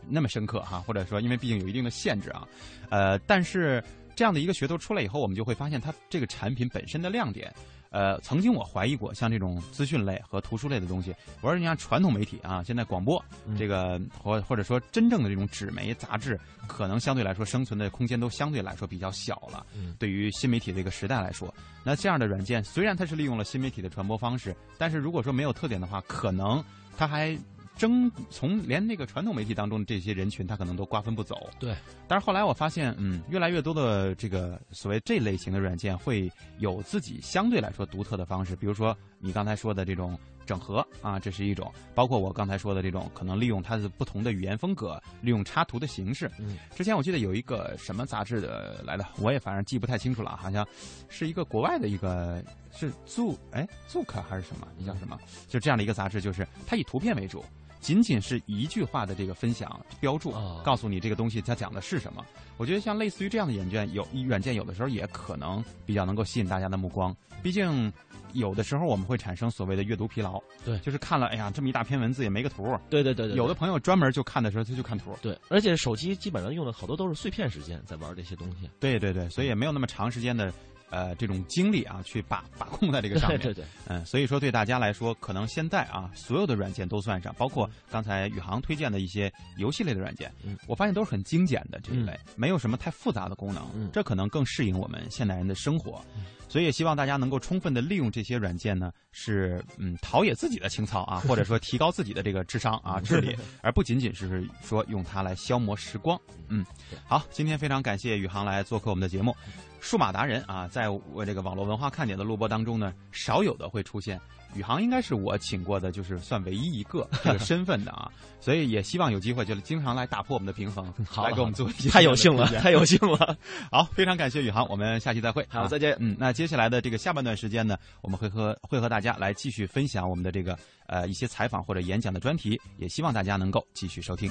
那么深刻哈，或者说因为毕竟有一定的限制啊，呃，但是这样的一个噱头出来以后，我们就会发现它这个产品本身的亮点。呃，曾经我怀疑过，像这种资讯类和图书类的东西，我说你看传统媒体啊，现在广播、嗯、这个或或者说真正的这种纸媒杂志，可能相对来说生存的空间都相对来说比较小了。嗯，对于新媒体这个时代来说，那这样的软件虽然它是利用了新媒体的传播方式，但是如果说没有特点的话，可能它还。争从连那个传统媒体当中的这些人群，他可能都瓜分不走。 对， 但是后来我发现，嗯，越来越多的这个所谓这类型的软件会有自己相对来说独特的方式，比如说你刚才说的这种整合啊，这是一种；包括我刚才说的这种，可能利用它的不同的语言风格，利用插图的形式。嗯，之前我记得有一个什么杂志的来的，我也反正记不太清楚了，好像是一个国外的一个是 Zook 哎 Zook 还是什么？你叫什么？就这样的一个杂志，就是它以图片为主。仅仅是一句话的这个分享标注，告诉你这个东西它讲的是什么。我觉得像类似于这样的软件，有软件有的时候也可能比较能够吸引大家的目光。毕竟有的时候我们会产生所谓的阅读疲劳， 对， 就是看了哎呀这么一大篇文字也没个图， 对对对 对, 对。 有的朋友专门就看的时候他就看图， 对，而且手机基本上用的好多都是碎片时间在玩这些东西， 对对对，所以也没有那么长时间的。呃，这种精力啊，去把把控在这个上面， 对对对， 嗯，所以说对大家来说，可能现在啊，所有的软件都算上，包括刚才宇航推荐的一些游戏类的软件，嗯，我发现都是很精简的这一类，嗯、没有什么太复杂的功能，嗯，这可能更适应我们现代人的生活，嗯、所以也希望大家能够充分的利用这些软件呢，是嗯陶冶自己的情操啊，或者说提高自己的这个智商啊智力，而不仅仅是说用它来消磨时光，嗯，好，今天非常感谢宇航来做客我们的节目。数码达人啊，在我这个网络文化看点的录播当中呢，少有的会出现。宇航应该是我请过的，就是算唯一一个这个身份的啊，所以也希望有机会就经常来打破我们的平衡， 好来给我们做一些。 太有幸了，太有幸了。 好，非常感谢宇航，我们下期再会。 好，再见。 嗯，那接下来的这个下半段时间呢，我们会和会和大家来继续分享我们的这个呃一些采访或者演讲的专题，也希望大家能够继续收听。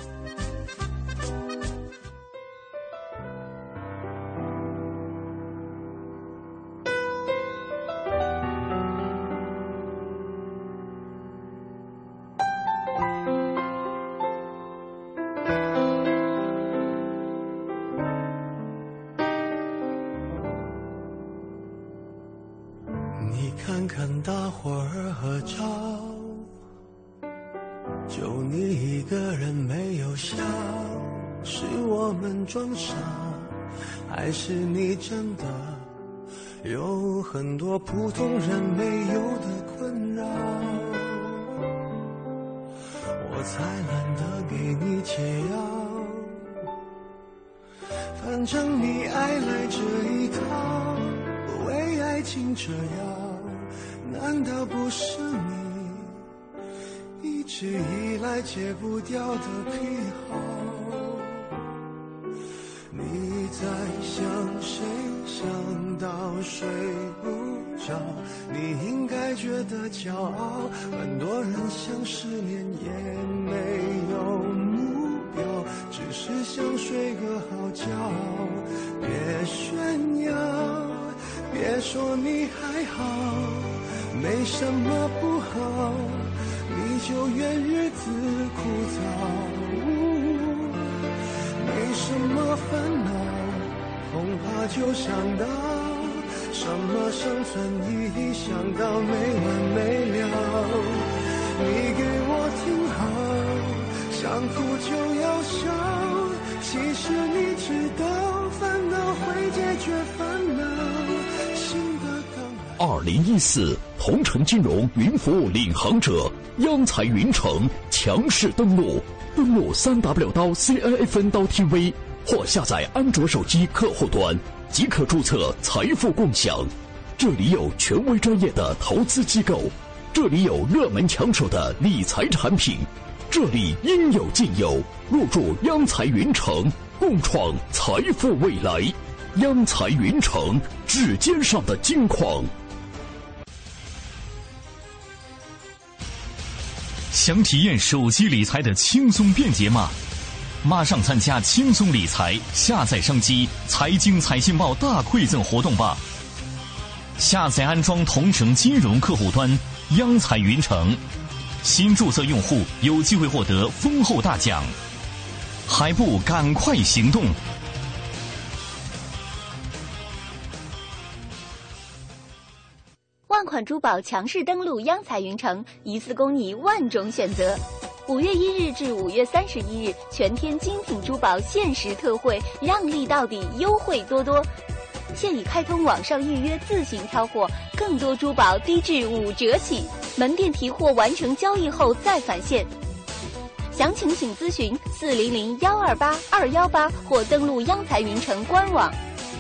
看看大伙儿合照，就你一个人没有笑，是我们装傻，还是你真的有很多普通人没有的困扰？我才懒得给你解药，反正你爱来这一套，为爱情这样，难道不是你一直以来戒不掉的癖好？你在想谁，想到睡不着，你应该觉得骄傲。很多人想失恋也没有目标，只是想睡个好觉。别炫耀，别说你还好，没什么不好，你就怨日子枯燥，没什么烦恼，恐怕就想到什么生存意义，想到没完没了。你给我听好，想哭就要笑，其实你知道烦恼会解决烦恼。 二零一四同城金融云服务领航者央财云城强势登陆，登录三 w 到 c n f n 到 t v 或下载安卓手机客户端即可注册财富共享。这里有权威专业的投资机构，这里有热门抢手的理财产品，这里应有尽有。入驻央财云城，共创财富未来。央财云城，指尖上的金矿。 想体验手机理财的轻松便捷吗？马上参加轻松理财下载商机财经财信报大馈赠活动吧！下载安装同城金融客户端央财云城，新注册用户有机会获得丰厚大奖。 还不赶快行动！ 万款珠宝强势登陆央彩云城，一次供你万种选择。五月一日至五月三十一日，全天精品珠宝限时特惠，让利到底，优惠多多。现已开通网上预约，自行挑货，更多珠宝低至五折起。门店提货完成交易后再返现。详情请咨询四零零幺二八二幺八或登录央彩云城官网。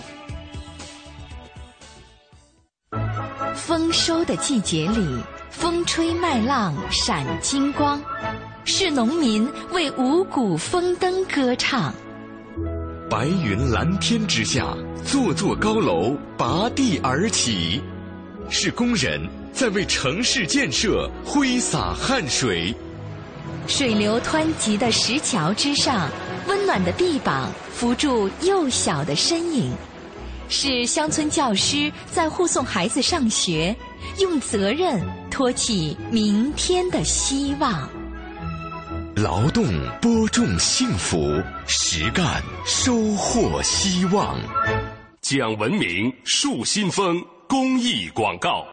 丰收的季节里，风吹麦浪闪金光，是农民为五谷丰登歌唱。 白云蓝天之下，座座高楼拔地而起，是工人在为城市建设挥洒汗水。 水流湍急的石桥之上，温暖的臂膀扶住幼小的身影，是乡村教师在护送孩子上学，用责任托起明天的希望。 劳动播种幸福，实干收获希望。 讲文明树新风公益广告。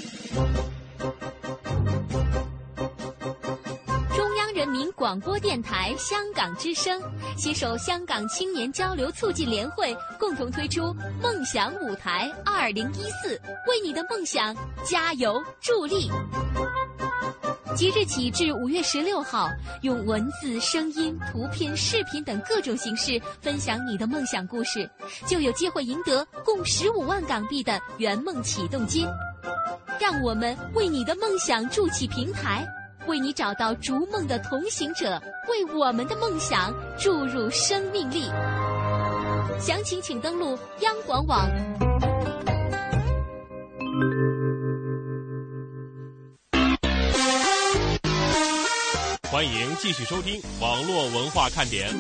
中央人民广播电台香港之声携手香港青年交流促进联会共同推出梦想舞台二零一四，为你的梦想加油助力。即日起至五月十六号，用文字、声音、图片、视频等各种形式分享你的梦想故事，就有机会赢得共十五万港币的圆梦启动金。让我们为你的梦想筑起平台，为你找到逐梦的同行者，为我们的梦想注入生命力。详情请登录央广网。 欢迎继续收听网络文化看点。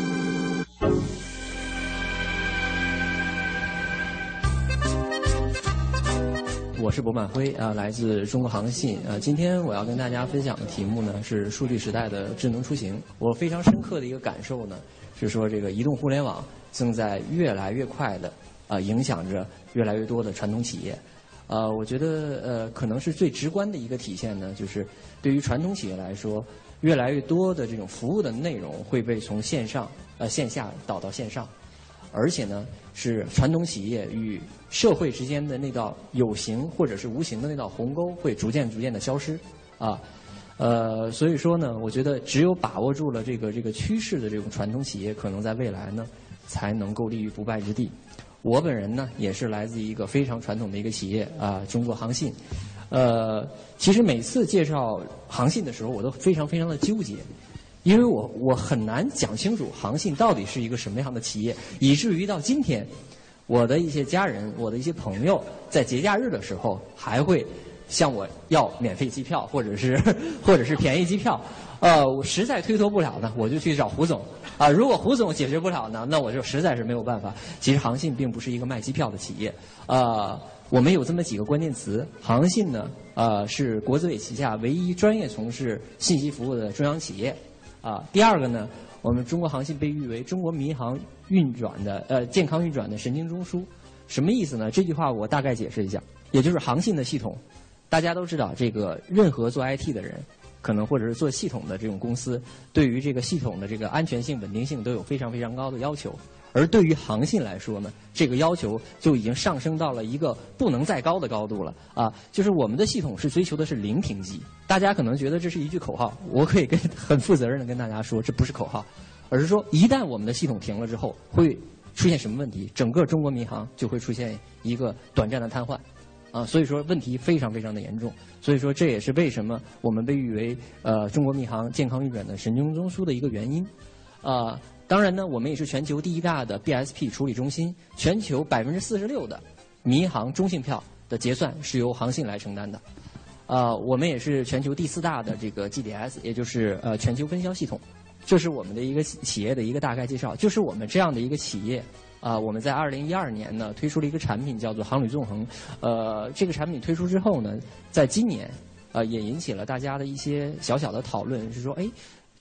我是博满辉啊，来自中国航信啊。今天我要跟大家分享的题目呢是数据时代的智能出行。我非常深刻的一个感受呢是说，这个移动互联网正在越来越快的啊影响着越来越多的传统企业。呃，我觉得呃可能是最直观的一个体现呢，就是对于传统企业来说，越来越多的这种服务的内容会被从线上呃线下导到线上，而且呢是传统企业与社会之间的那道有形或者是无形的那道鸿沟会逐渐逐渐的消失啊。呃，所以说呢，我觉得只有把握住了这个这个趋势的这种传统企业，可能在未来呢才能够立于不败之地。我本人呢也是来自一个非常传统的一个企业啊，中国航信。呃，其实每次介绍航信的时候，我都非常非常的纠结，因为我我很难讲清楚航信到底是一个什么样的企业，以至于到今天，我的一些家人、我的一些朋友在节假日的时候还会向我要免费机票，或者是或者是便宜机票。呃，我实在推脱不了呢，我就去找胡总啊。如果胡总解决不了呢，那我就实在是没有办法。其实航信并不是一个卖机票的企业，呃。我们有这么几个关键词，航信呢，呃，是国资委旗下唯一专业从事信息服务的中央企业，啊、呃，第二个呢，我们中国航信被誉为中国民航运转的呃健康运转的神经中枢，什么意思呢？这句话我大概解释一下，也就是航信的系统，大家都知道，这个任何做 I T 的人，可能或者是做系统的这种公司，对于这个系统的这个安全性、稳定性都有非常非常高的要求。而对于航信来说呢，这个要求就已经上升到了一个不能再高的高度了啊！就是我们的系统是追求的是零停机。大家可能觉得这是一句口号，我可以跟很负责任的跟大家说，这不是口号，而是说一旦我们的系统停了之后，会出现什么问题？整个中国民航就会出现一个短暂的瘫痪啊！所以说问题非常非常的严重。所以说这也是为什么我们被誉为呃中国民航健康运转的神经中枢的一个原因啊。当然呢，我们也是全球第一大的 B S P 处理中心，全球百分之四十六的民航中性票的结算是由航信来承担的。呃，我们也是全球第四大的这个 G D S， 也就是呃全球分销系统。这是我们的一个企业的一个大概介绍。就是我们这样的一个企业啊、呃，我们在二零一二年呢推出了一个产品叫做航旅纵横。呃，这个产品推出之后呢，在今年呃也引起了大家的一些小小的讨论，是说，哎。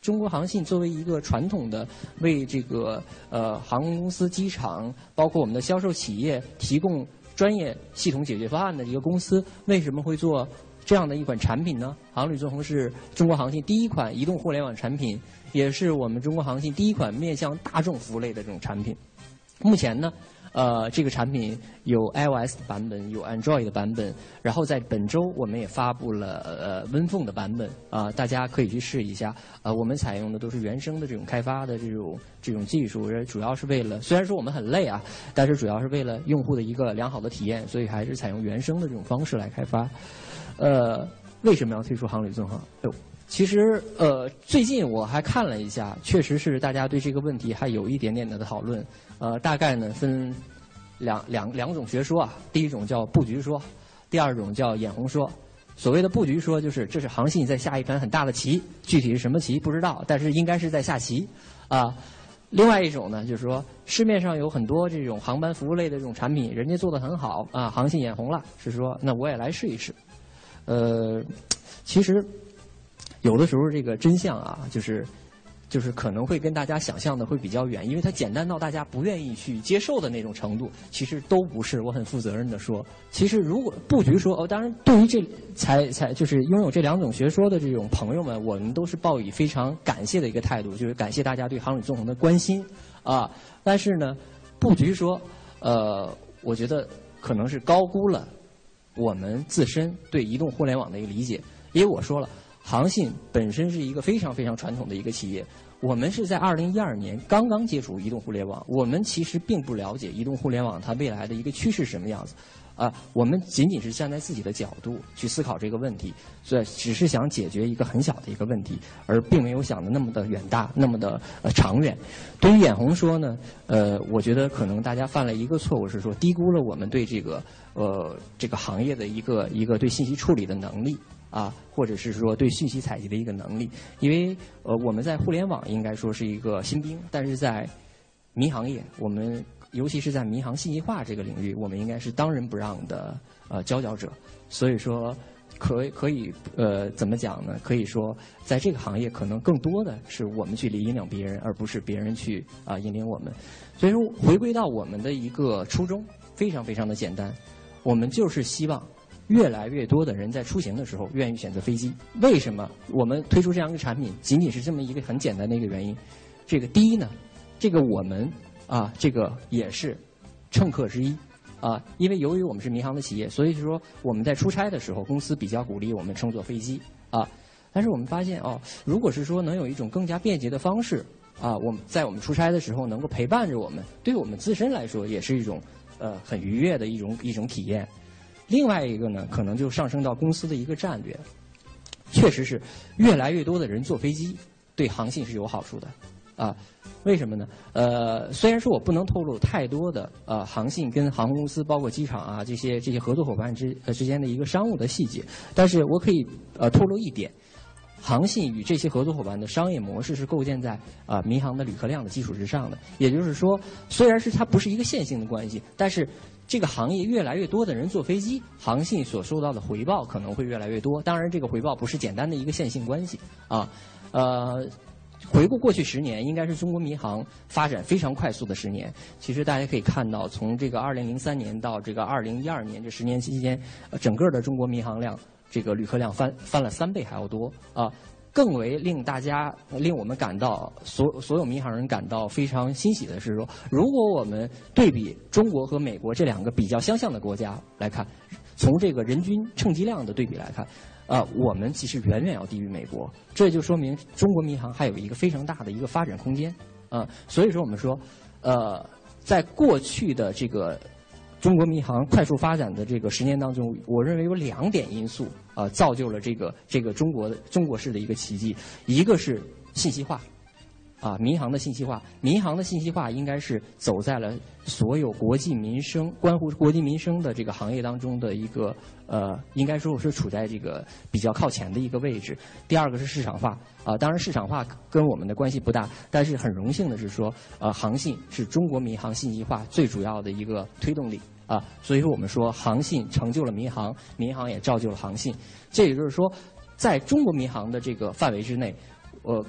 中国航信作为一个传统的为这个呃航空公司、机场，包括我们的销售企业提供专业系统解决方案的一个公司，为什么会做这样的一款产品呢？航旅纵横是中国航信第一款移动互联网产品，也是我们中国航信第一款面向大众服务类的这种产品。目前呢，呃，这个产品有 iOS 的版本，有 Android 的版本，然后在本周我们也发布了呃 WinPhone 的版本啊、呃，大家可以去试一下。呃，我们采用的都是原生的这种开发的这种这种技术，主要是为了，虽然说我们很累啊，但是主要是为了用户的一个良好的体验，所以还是采用原生的这种方式来开发。呃，为什么要推出航旅纵横？哎呦，其实呃，最近我还看了一下，确实是大家对这个问题还有一点点的讨论。呃，大概呢分两两两种学说啊，第一种叫布局说，第二种叫眼红说。所谓的布局说，就是这是航信在下一盘很大的棋，具体是什么棋不知道，但是应该是在下棋啊。另外一种呢，就是说市面上有很多这种航班服务类的这种产品，人家做得很好啊，航信眼红了，是说那我也来试一试。呃，其实有的时候这个真相啊，就是就是可能会跟大家想象的会比较远，因为它简单到大家不愿意去接受的那种程度，其实都不是。我很负责任的说，其实如果布局说，哦，当然对于这才才就是拥有这两种学说的这种朋友们，我们都是抱以非常感谢的一个态度，就是感谢大家对航旅纵横的关心啊。但是呢，布局说，呃，我觉得可能是高估了我们自身对移动互联网的一个理解，因为我说了，航信本身是一个非常非常传统的一个企业，我们是在二零一二年刚刚接触移动互联网，我们其实并不了解移动互联网它未来的一个趋势是什么样子，啊、呃，我们仅仅是站在自己的角度去思考这个问题，所以只是想解决一个很小的一个问题，而并没有想的那么的远大，那么的呃长远。对于眼红说呢，呃，我觉得可能大家犯了一个错误，是说低估了我们对这个呃这个行业的一个一个对信息处理的能力。啊，或者是说对信息采集的一个能力，因为呃我们在互联网应该说是一个新兵，但是在民航业，我们尤其是在民航信息化这个领域，我们应该是当仁不让的呃佼佼者。所以说，可可以呃怎么讲呢？可以说，在这个行业，可能更多的是我们去引领别人，而不是别人去啊、呃、引领我们。所以说，回归到我们的一个初衷，非常非常的简单，我们就是希望越来越多的人在出行的时候愿意选择飞机。为什么我们推出这样一个产品？仅仅是这么一个很简单的一个原因。这个第一呢，这个我们啊，这个也是乘客之一啊，因为由于我们是民航的企业，所以说我们在出差的时候，公司比较鼓励我们乘坐飞机啊。但是我们发现哦，如果是说能有一种更加便捷的方式啊，我们在我们出差的时候能够陪伴着我们，对我们自身来说也是一种呃很愉悦的一种一种体验。另外一个呢，可能就上升到公司的一个战略，确实是越来越多的人坐飞机，对航信是有好处的，啊，为什么呢？呃，虽然说我不能透露太多的呃航信跟航空公司，包括机场啊这些这些合作伙伴之呃之间的一个商务的细节，但是我可以呃透露一点，航信与这些合作伙伴的商业模式是构建在啊、呃、民航的旅客量的基础之上的，也就是说，虽然是它不是一个线性的关系，但是这个行业越来越多的人坐飞机，航信所收到的回报可能会越来越多。当然，这个回报不是简单的一个线性关系啊。呃，回顾过去十年，应该是中国民航发展非常快速的十年。其实大家可以看到，从这个二零零三年到这个二零一二年这十年期间，呃，整个的中国民航量这个旅客量翻翻了三倍还要多啊。更为令大家、令我们感到所所有民航人感到非常欣喜的是说，如果我们对比中国和美国这两个比较相像的国家来看，从这个人均乘机量的对比来看，啊、呃，我们其实远远要低于美国，这就说明中国民航还有一个非常大的一个发展空间啊、呃。所以说，我们说，呃，在过去的这个中国民航快速发展的这个十年当中，我认为有两点因素啊、呃，造就了这个这个中国的中国式的一个奇迹。一个是信息化，啊，民航的信息化，民航的信息化应该是走在了所有国计民生、关乎国计民生的这个行业当中的一个呃，应该说是处在这个比较靠前的一个位置。第二个是市场化，啊，当然市场化跟我们的关系不大，但是很荣幸的是说，呃，航信是中国民航信息化最主要的一个推动力。啊，所以说我们说航信成就了民航，民航也造就了航信。这也就是说，在中国民航的这个范围之内，呃，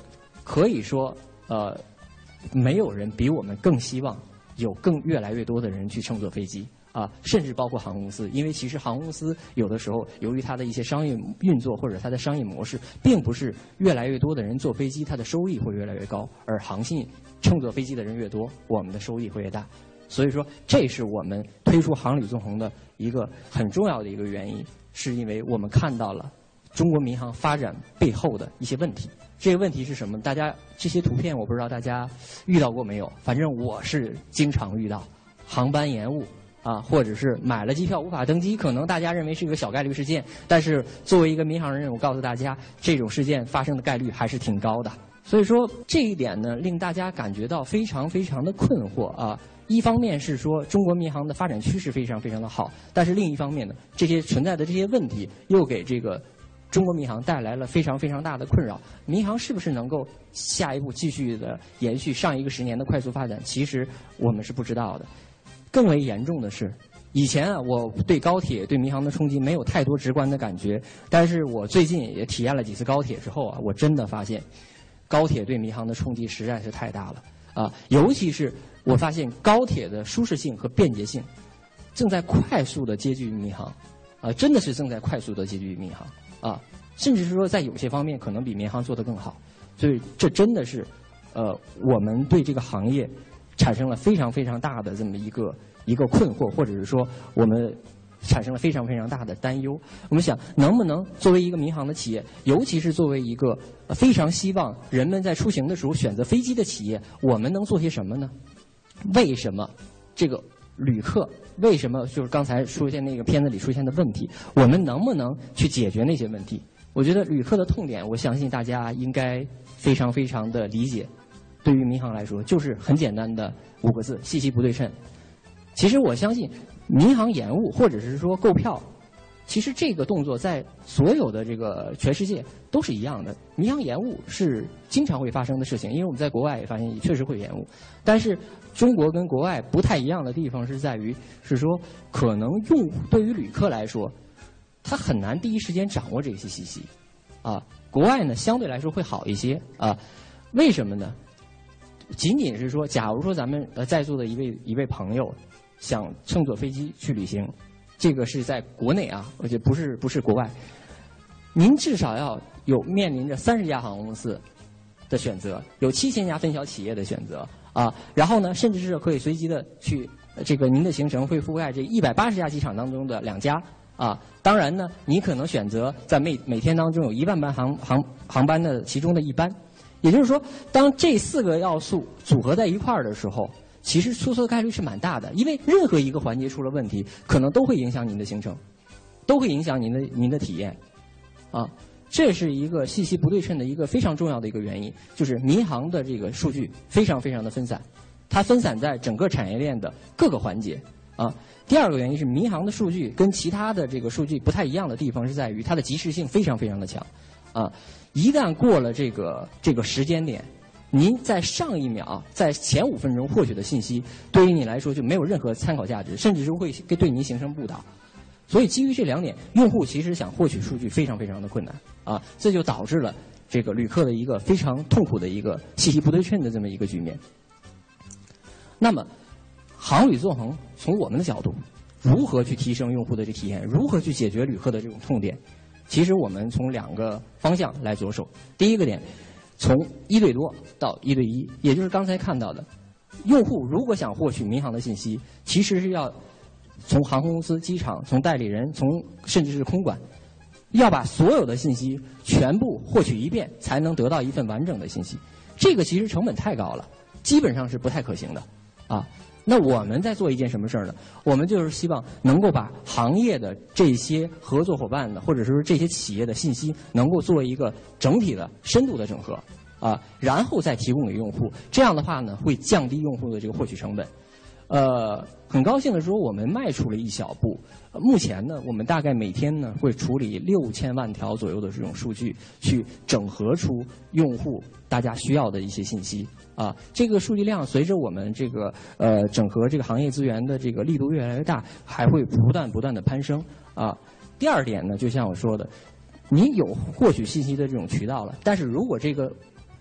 可以说，呃，没有人比我们更希望有更越来越多的人去乘坐飞机。啊，甚至包括航空公司，因为其实航空公司有的时候由于它的一些商业运作或者它的商业模式，并不是越来越多的人坐飞机，它的收益会越来越高，而航信乘坐飞机的人越多，我们的收益会越大。所以说，这是我们推出航旅纵横的一个很重要的一个原因，是因为我们看到了中国民航发展背后的一些问题。这个问题是什么？大家这些图片我不知道大家遇到过没有，反正我是经常遇到航班延误。啊，或者是买了机票无法登机，可能大家认为是一个小概率事件，但是作为一个民航人，我告诉大家，这种事件发生的概率还是挺高的。所以说这一点呢，令大家感觉到非常非常的困惑啊。一方面是说中国民航的发展趋势非常非常的好，但是另一方面呢，这些存在的这些问题又给这个中国民航带来了非常非常大的困扰。民航是不是能够下一步继续的延续上一个十年的快速发展？其实我们是不知道的。更为严重的是，以前啊，我对高铁、对民航的冲击没有太多直观的感觉，但是我最近也体验了几次高铁之后啊，我真的发现，高铁对民航的冲击实在是太大了啊！尤其是我发现高铁的舒适性和便捷性，正在快速的接近于民航，啊，真的是正在快速的接近于民航啊，甚至是说在有些方面可能比民航做得更好，所以这真的是，呃，我们对这个行业产生了非常非常大的这么一个一个困惑，或者是说我们产生了非常非常大的担忧。我们想，能不能作为一个民航的企业，尤其是作为一个非常希望人们在出行的时候选择飞机的企业，我们能做些什么呢？为什么这个旅客？为什么就是刚才出现那个片子里出现的问题？我们能不能去解决那些问题？我觉得旅客的痛点，我相信大家应该非常非常的理解。对于民航来说，就是很简单的五个字：信息不对称。其实我相信，民航延误或者是说购票，其实这个动作在所有的这个全世界都是一样的。民航延误是经常会发生的事情，因为我们在国外也发现确实会延误。但是中国跟国外不太一样的地方是在于，是说可能用对于旅客来说，他很难第一时间掌握这些信息，啊，国外呢相对来说会好一些啊，为什么呢？仅仅是说，假如说咱们呃在座的一位一位朋友想乘坐飞机去旅行，这个是在国内啊，而且不是不是国外，您至少要有面临着三十家航空公司的选择，有七千家分小企业的选择啊，然后呢，甚至是可以随机的去这个您的行程会覆盖这一百八十家机场当中的两家啊，当然呢，你可能选择在每每天当中有一万班航航航班的其中的一班。也就是说，当这四个要素组合在一块儿的时候，其实出错的概率是蛮大的。因为任何一个环节出了问题，可能都会影响您的行程，都会影响您的您的体验，啊，这是一个信息不对称的一个非常重要的一个原因，就是民航的这个数据非常非常的分散，它分散在整个产业链的各个环节啊。第二个原因是民航的数据跟其他的这个数据不太一样的地方是在于它的及时性非常非常的强，啊。一旦过了这个这个时间点，您在上一秒、在前五分钟获取的信息，对于你来说就没有任何参考价值，甚至是会对您形成误导。所以基于这两点，用户其实想获取数据非常非常的困难啊，这就导致了这个旅客的一个非常痛苦的一个信息不对称的这么一个局面。那么，航旅纵横从我们的角度，如何去提升用户的这体验？如何去解决旅客的这种痛点？其实我们从两个方向来着手。第一个点，从一对多到一对一，也就是刚才看到的，用户如果想获取民航的信息，其实是要从航空公司、机场、从代理人、从甚至是空管，要把所有的信息全部获取一遍，才能得到一份完整的信息。这个其实成本太高了，基本上是不太可行的啊。那我们在做一件什么事儿呢？我们就是希望能够把行业的这些合作伙伴的，或者说这些企业的信息，能够做一个整体的、深度的整合啊，然后再提供给用户。这样的话呢，会降低用户的这个获取成本。呃，很高兴的说，我们迈出了一小步。呃、目前呢，我们大概每天呢会处理六千万条左右的这种数据，去整合出用户大家需要的一些信息。啊，这个数据量随着我们这个呃整合这个行业资源的这个力度越来越大，还会不断不断的攀升啊。第二点呢，就像我说的，你有获取信息的这种渠道了，但是如果这个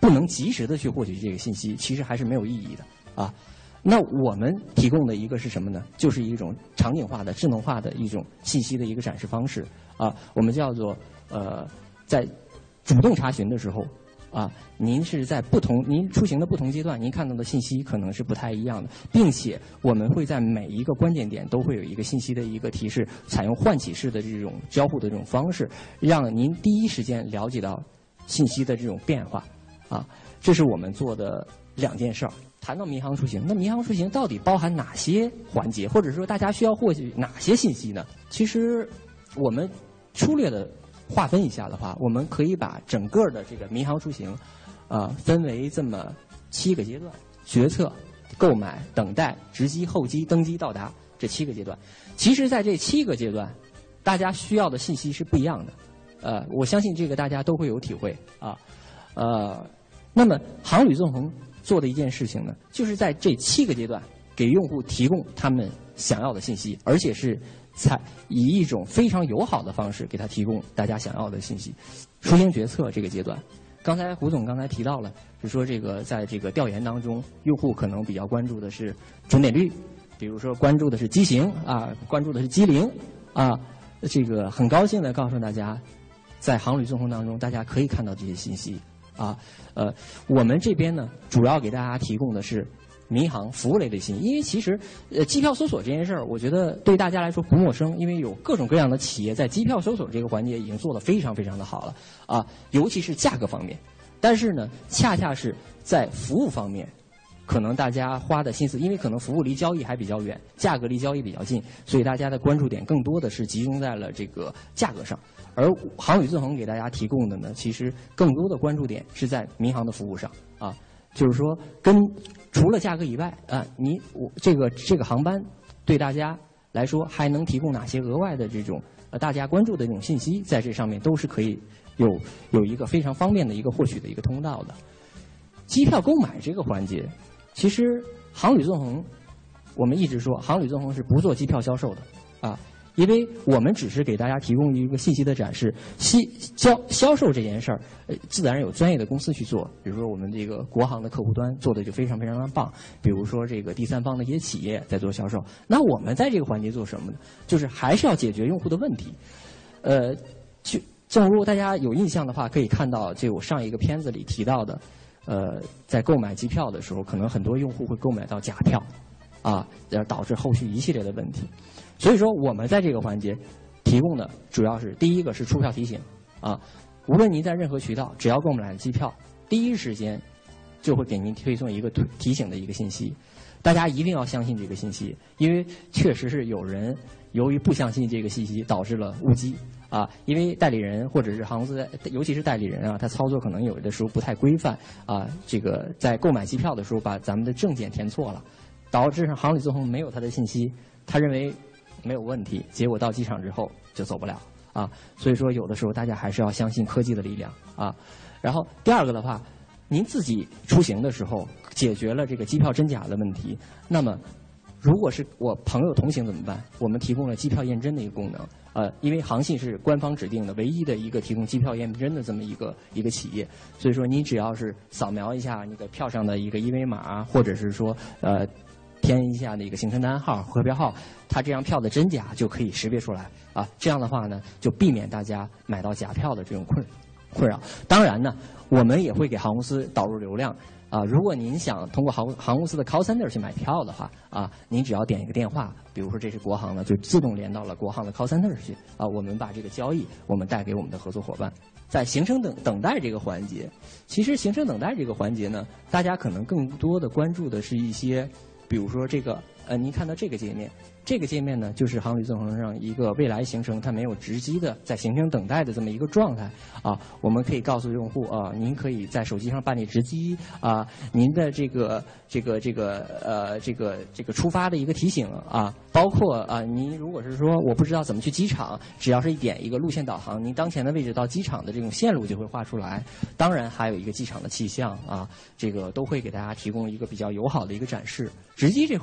不能及时的去获取这个信息，其实还是没有意义的啊。那我们提供的一个是什么呢？就是一种场景化的、智能化的一种信息的一个展示方式啊，我们叫做呃，在主动查询的时候啊，您是在不同您出行的不同阶段，您看到的信息可能是不太一样的，并且我们会在每一个关键点都会有一个信息的一个提示，采用唤起式的这种交互的这种方式，让您第一时间了解到信息的这种变化啊，这是我们做的两件事儿。谈到民航出行，那民航出行到底包含哪些环节，或者说大家需要获取哪些信息呢？其实我们粗略的划分一下的话，我们可以把整个的这个民航出行，啊、呃，分为这么七个阶段：决策、购买、等待、值机、候机、登机、到达这七个阶段。其实，在这七个阶段，大家需要的信息是不一样的。呃，我相信这个大家都会有体会啊。呃，那么航旅纵横做的一件事情呢，就是在这七个阶段给用户提供他们想要的信息，而且是采以一种非常友好的方式给他提供大家想要的信息。出行决策这个阶段，刚才胡总刚才提到了，是说这个在这个调研当中，用户可能比较关注的是准点率，比如说关注的是机型啊，关注的是机龄啊。这个很高兴的告诉大家，在航旅纵横当中，大家可以看到这些信息。啊，呃，我们这边呢，主要给大家提供的是民航服务类的信息，因为其实呃，机票搜索这件事儿，我觉得对大家来说不陌生，因为有各种各样的企业在机票搜索这个环节已经做得非常非常的好了啊，尤其是价格方面。但是呢，恰恰是在服务方面，可能大家花的心思，因为可能服务离交易还比较远，价格离交易比较近，所以大家的关注点更多的是集中在了这个价格上。而航旅纵横给大家提供的呢，其实更多的关注点是在民航的服务上啊，就是说跟除了价格以外啊，你我这个这个航班对大家来说还能提供哪些额外的这种呃大家关注的这种信息，在这上面都是可以有有一个非常方便的一个获取的一个通道的。机票购买这个环节，其实航旅纵横我们一直说航旅纵横是不做机票销售的啊。因为我们只是给大家提供一个信息的展示，销销销售这件事儿，呃，自然有专业的公司去做。比如说我们这个国航的客户端做的就非常非常的棒，比如说这个第三方的一些企业在做销售。那我们在这个环节做什么呢？就是还是要解决用户的问题。呃，就正如大家有印象的话，可以看到，就我上一个片子里提到的，呃，在购买机票的时候，可能很多用户会购买到假票，啊，而导致后续一系列的问题。所以说，我们在这个环节提供的主要是第一个是出票提醒啊，无论您在任何渠道，只要购买了机票，第一时间就会给您推送一个提醒的一个信息。大家一定要相信这个信息，因为确实是有人由于不相信这个信息，导致了误机啊。因为代理人或者是航空公司，尤其是代理人啊，他操作可能有的时候不太规范啊。这个在购买机票的时候，把咱们的证件填错了，导致航旅纵横没有他的信息，他认为没有问题，结果到机场之后就走不了啊。所以说，有的时候大家还是要相信科技的力量啊。然后第二个的话，您自己出行的时候解决了这个机票真假的问题，那么如果是我朋友同行怎么办？我们提供了机票验真的一个功能，呃，因为航信是官方指定的唯一的一个提供机票验真的这么一个一个企业，所以说你只要是扫描一下那个票上的一个一维码，或者是说呃。填一下那个行程单号、核票号，它这张票的真假就可以识别出来啊。这样的话呢，就避免大家买到假票的这种困困扰。当然呢，我们也会给航空公司导入流量啊。如果您想通过航航空公司的 call center 去买票的话啊，您只要点一个电话，比如说这是国航的，就自动连到了国航的 call center 去啊。我们把这个交易我们带给我们的合作伙伴。在行程等等待这个环节，其实行程等待这个环节呢，大家可能更多的关注的是一些。比如说这个，呃，您看到这个界面，这个界面呢，就是航旅纵横上一个未来行程它没有值机的在行程等待的这么一个状态啊。我们可以告诉用户啊，您可以在手机上办理值机啊，您的这个这个这个呃这个这个出发的一个提醒啊，包括啊，您如果是说我不知道怎么去机场，只要是一点一个路线导航，您当前的位置到机场的这种线路就会画出来。当然还有一个机场的气象啊，这个都会给大家提供一个比较友好的一个展示。值机这块儿呢，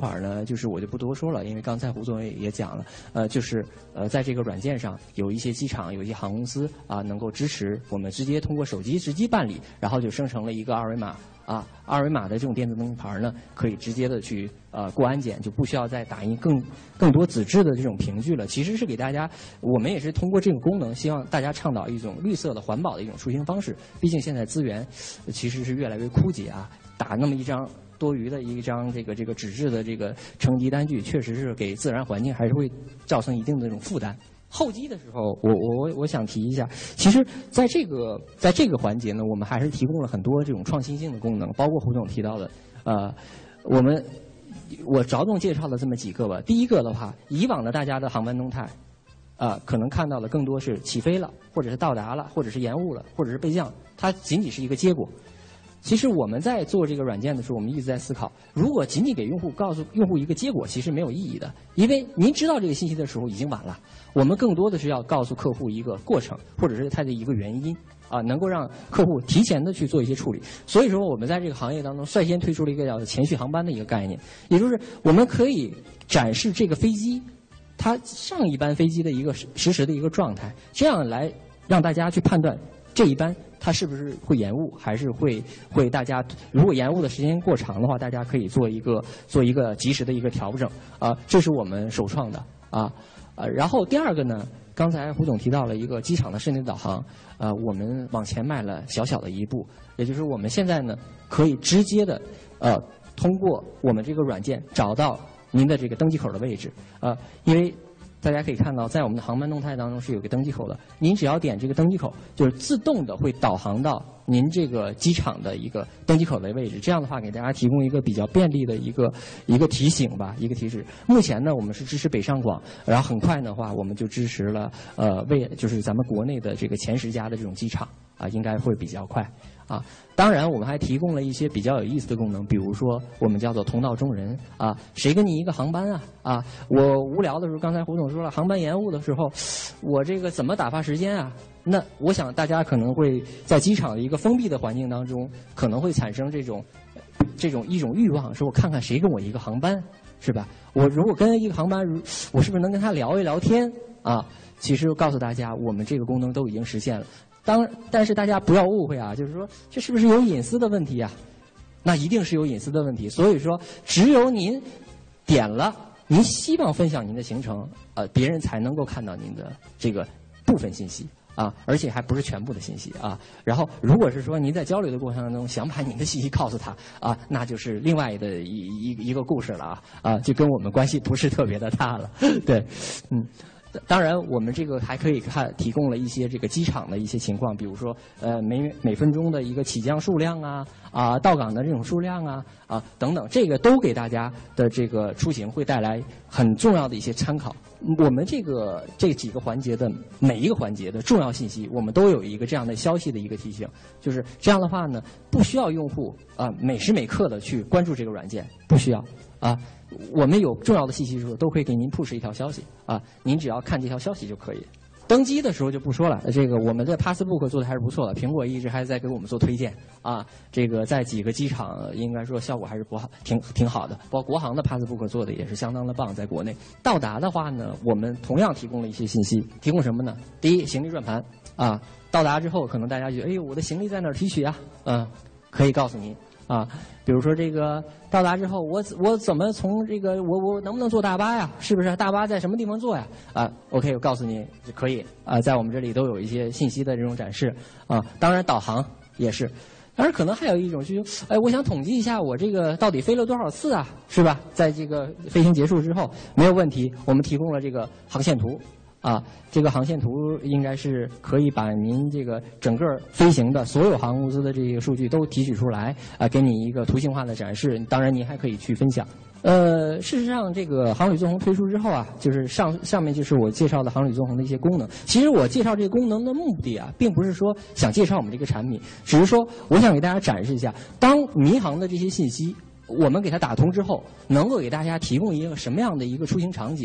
就是我就不多说了，因为刚才胡总也也讲了，呃，就是呃，在这个软件上有一些机场、有一些航空公司啊，能够支持我们直接通过手机直接办理，然后就生成了一个二维码。啊，二维码的这种电子登记牌呢，可以直接的去呃过安检，就不需要再打印更更多纸质的这种凭据了。其实是给大家，我们也是通过这个功能，希望大家倡导一种绿色的、环保的一种出行方式。毕竟现在资源其实是越来越枯竭啊，打那么一张多余的一张这个这个纸质的这个乘敌单据，确实是给自然环境还是会造成一定的这种负担。候机的时候，我我我我想提一下，其实在这个在这个环节呢，我们还是提供了很多这种创新性的功能，包括胡总提到的，呃，我们我着重介绍了这么几个吧。第一个的话，以往的大家的航班动态，啊、呃，可能看到的更多是起飞了，或者是到达了，或者是延误了，或者是备降，它仅仅是一个结果。其实我们在做这个软件的时候，我们一直在思考，如果仅仅给用户告诉用户一个结果，其实没有意义的，因为您知道这个信息的时候已经晚了。我们更多的是要告诉客户一个过程，或者是它的一个原因啊，能够让客户提前的去做一些处理。所以说，我们在这个行业当中率先推出了一个叫前续航班的一个概念，也就是我们可以展示这个飞机它上一班飞机的一个实时的一个状态，这样来让大家去判断这一班它是不是会延误，还是会会大家如果延误的时间过长的话，大家可以做一个做一个及时的一个调整啊，这是我们首创的啊。呃，然后第二个呢，刚才胡总提到了一个机场的室内导航，呃，我们往前迈了小小的一步，也就是我们现在呢可以直接的呃通过我们这个软件找到您的这个登机口的位置，呃，因为大家可以看到，在我们的航班动态当中是有个登机口的，您只要点这个登机口，就是自动的会导航到您这个机场的一个登机口的位置。这样的话，给大家提供一个比较便利的一个一个提醒吧，一个提示。目前呢，我们是支持北上广，然后很快的话，我们就支持了呃为就是咱们国内的这个前十家的这种机场啊，应该会比较快啊。当然，我们还提供了一些比较有意思的功能，比如说我们叫做同道中人啊，谁跟你一个航班啊啊，我无聊的时候，刚才胡总说了，航班延误的时候，我这个怎么打发时间啊？那我想大家可能会在机场的一个封闭的环境当中，可能会产生这种这种一种欲望，说我看看谁跟我一个航班，是吧？我如果跟一个航班，我是不是能跟他聊一聊天啊？其实告诉大家，我们这个功能都已经实现了。当但是大家不要误会啊，就是说这是不是有隐私的问题啊？那一定是有隐私的问题。所以说，只有您点了，您希望分享您的行程，呃，别人才能够看到您的这个部分信息啊，而且还不是全部的信息啊。然后，如果是说您在交流的过程当中想把您的信息告诉他啊，那就是另外的一一一个故事了啊啊，就跟我们关系不是特别的大了。对，嗯。当然，我们这个还可以看提供了一些这个机场的一些情况，比如说呃每每分钟的一个起降数量啊啊到港的这种数量啊啊等等，这个都给大家的这个出行会带来很重要的一些参考。我们这个这几个环节的每一个环节的重要信息，我们都有一个这样的消息的一个提醒，就是这样的话呢，不需要用户啊每时每刻的去关注这个软件，不需要啊。我们有重要的信息的时候，都会给您 push 一条消息啊，您只要看这条消息就可以。登机的时候就不说了，这个我们的 Passbook 做的还是不错的，苹果一直还在给我们做推荐啊。这个在几个机场应该说效果还是不好，挺挺好的。包括国航的 Passbook 做的也是相当的棒，在国内。到达的话呢，我们同样提供了一些信息，提供什么呢？第一，行李转盘啊，到达之后可能大家觉得，哎呦，我的行李在哪儿提取啊？嗯，可以告诉您。啊，比如说这个到达之后，我我怎么从这个我我能不能坐大巴呀？是不是大巴在什么地方坐呀？啊 ，OK， 我告诉你可以啊，在我们这里都有一些信息的这种展示啊。当然导航也是，当然可能还有一种就是，哎，我想统计一下我这个到底飞了多少次啊，是吧？在这个飞行结束之后没有问题，我们提供了这个航线图。啊，这个航线图应该是可以把您这个整个飞行的所有航空公司的这个数据都提取出来，啊，给你一个图形化的展示。当然，您还可以去分享。呃，事实上，这个航旅纵横推出之后啊，就是上上面就是我介绍的航旅纵横的一些功能。其实我介绍这个功能的目的啊，并不是说想介绍我们这个产品，只是说我想给大家展示一下，当民航的这些信息我们给它打通之后，能够给大家提供一个什么样的一个出行场景。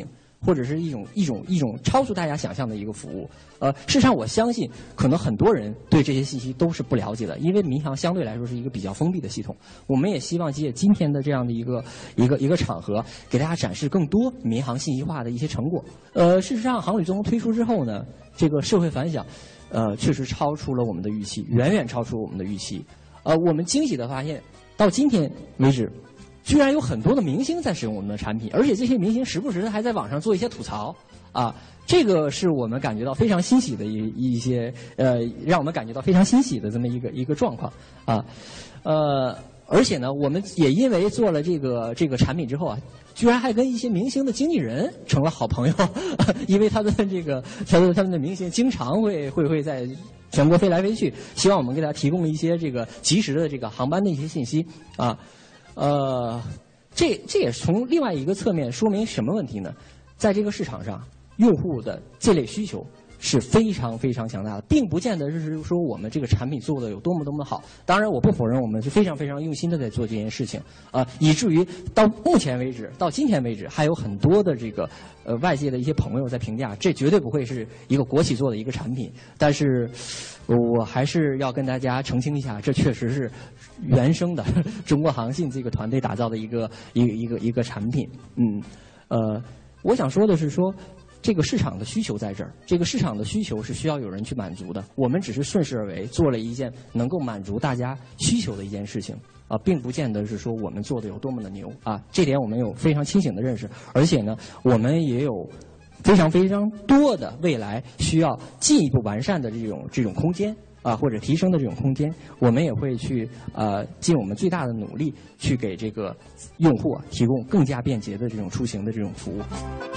或者是一种一种一种超出大家想象的一个服务。呃，事实上我相信，可能很多人对这些信息都是不了解的，因为民航相对来说是一个比较封闭的系统。我们也希望借今天的这样的一个一个一个场合，给大家展示更多民航信息化的一些成果。呃，事实上，航旅综合推出之后呢，这个社会反响，呃，确实超出了我们的预期，远远超出我们的预期。呃，我们惊喜的发现，到今天为止，居然有很多的明星在使用我们的产品，而且这些明星时不时的还在网上做一些吐槽啊，这个是我们感觉到非常欣喜的一一些呃，让我们感觉到非常欣喜的这么一个一个状况啊，呃，而且呢，我们也因为做了这个这个产品之后啊，居然还跟一些明星的经纪人成了好朋友，因为他的这个他的他们的明星经常会会会在全国飞来飞去，希望我们给他提供一些这个及时的这个航班的一些信息啊，呃，这这也从另外一个侧面说明什么问题呢？在这个市场上，用户的这类需求是非常非常强大的，并不见得是说我们这个产品做的有多么多么好。当然，我不否认我们是非常非常用心的在做这件事情啊、呃，以至于到目前为止，到今天为止，还有很多的这个呃外界的一些朋友在评价，这绝对不会是一个国企做的一个产品。但是，我还是要跟大家澄清一下，这确实是原生的中国航信这个团队打造的一个一个一个一个产品。嗯，呃，我想说的是说。这个市场的需求在这儿，这个市场的需求是需要有人去满足的。我们只是顺势而为，做了一件能够满足大家需求的一件事情啊，并不见得是说我们做的有多么的牛啊。这点我们有非常清醒的认识，而且呢，我们也有非常非常多的未来需要进一步完善的这种这种空间啊，或者提升的这种空间，我们也会去呃尽我们最大的努力去给这个用户啊提供更加便捷的这种出行的这种服务。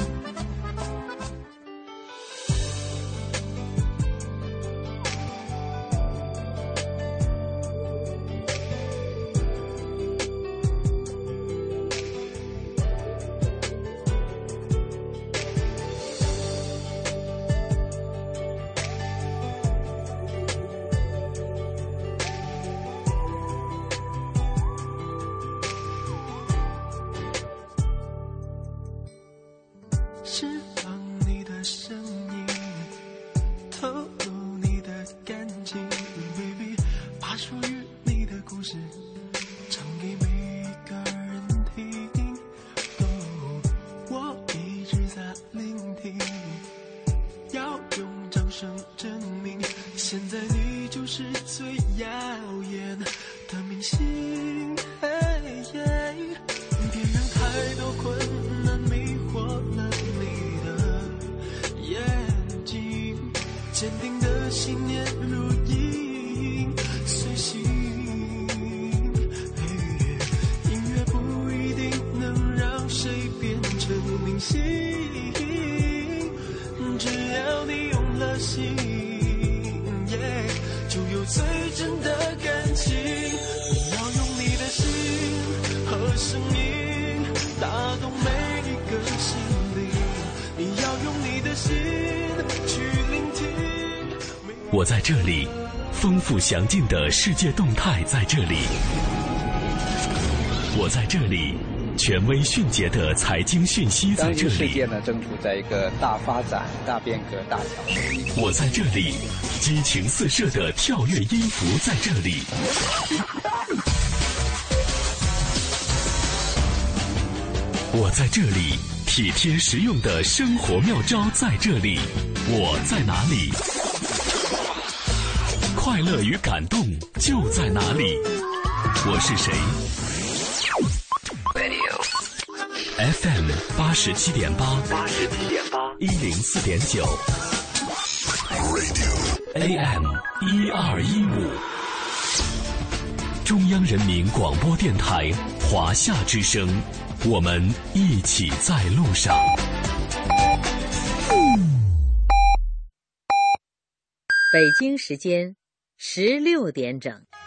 我在这里，丰富详尽的世界动态在这里。我在这里，权威迅捷的财经讯息在这里。 世界呢正处在一个大发展、大变革、大调整。 我在这里，激情四射的跳跃音符在这里。我在这里，体贴实用的生活妙招在这里。我在哪里？快乐与感动就在哪里？我是谁 ？F M 八十七点八，八十七点八，一零四点九 ，A M 一二一五，中央人民广播电台华夏之声，我们一起在路上。 北京时间十六点整。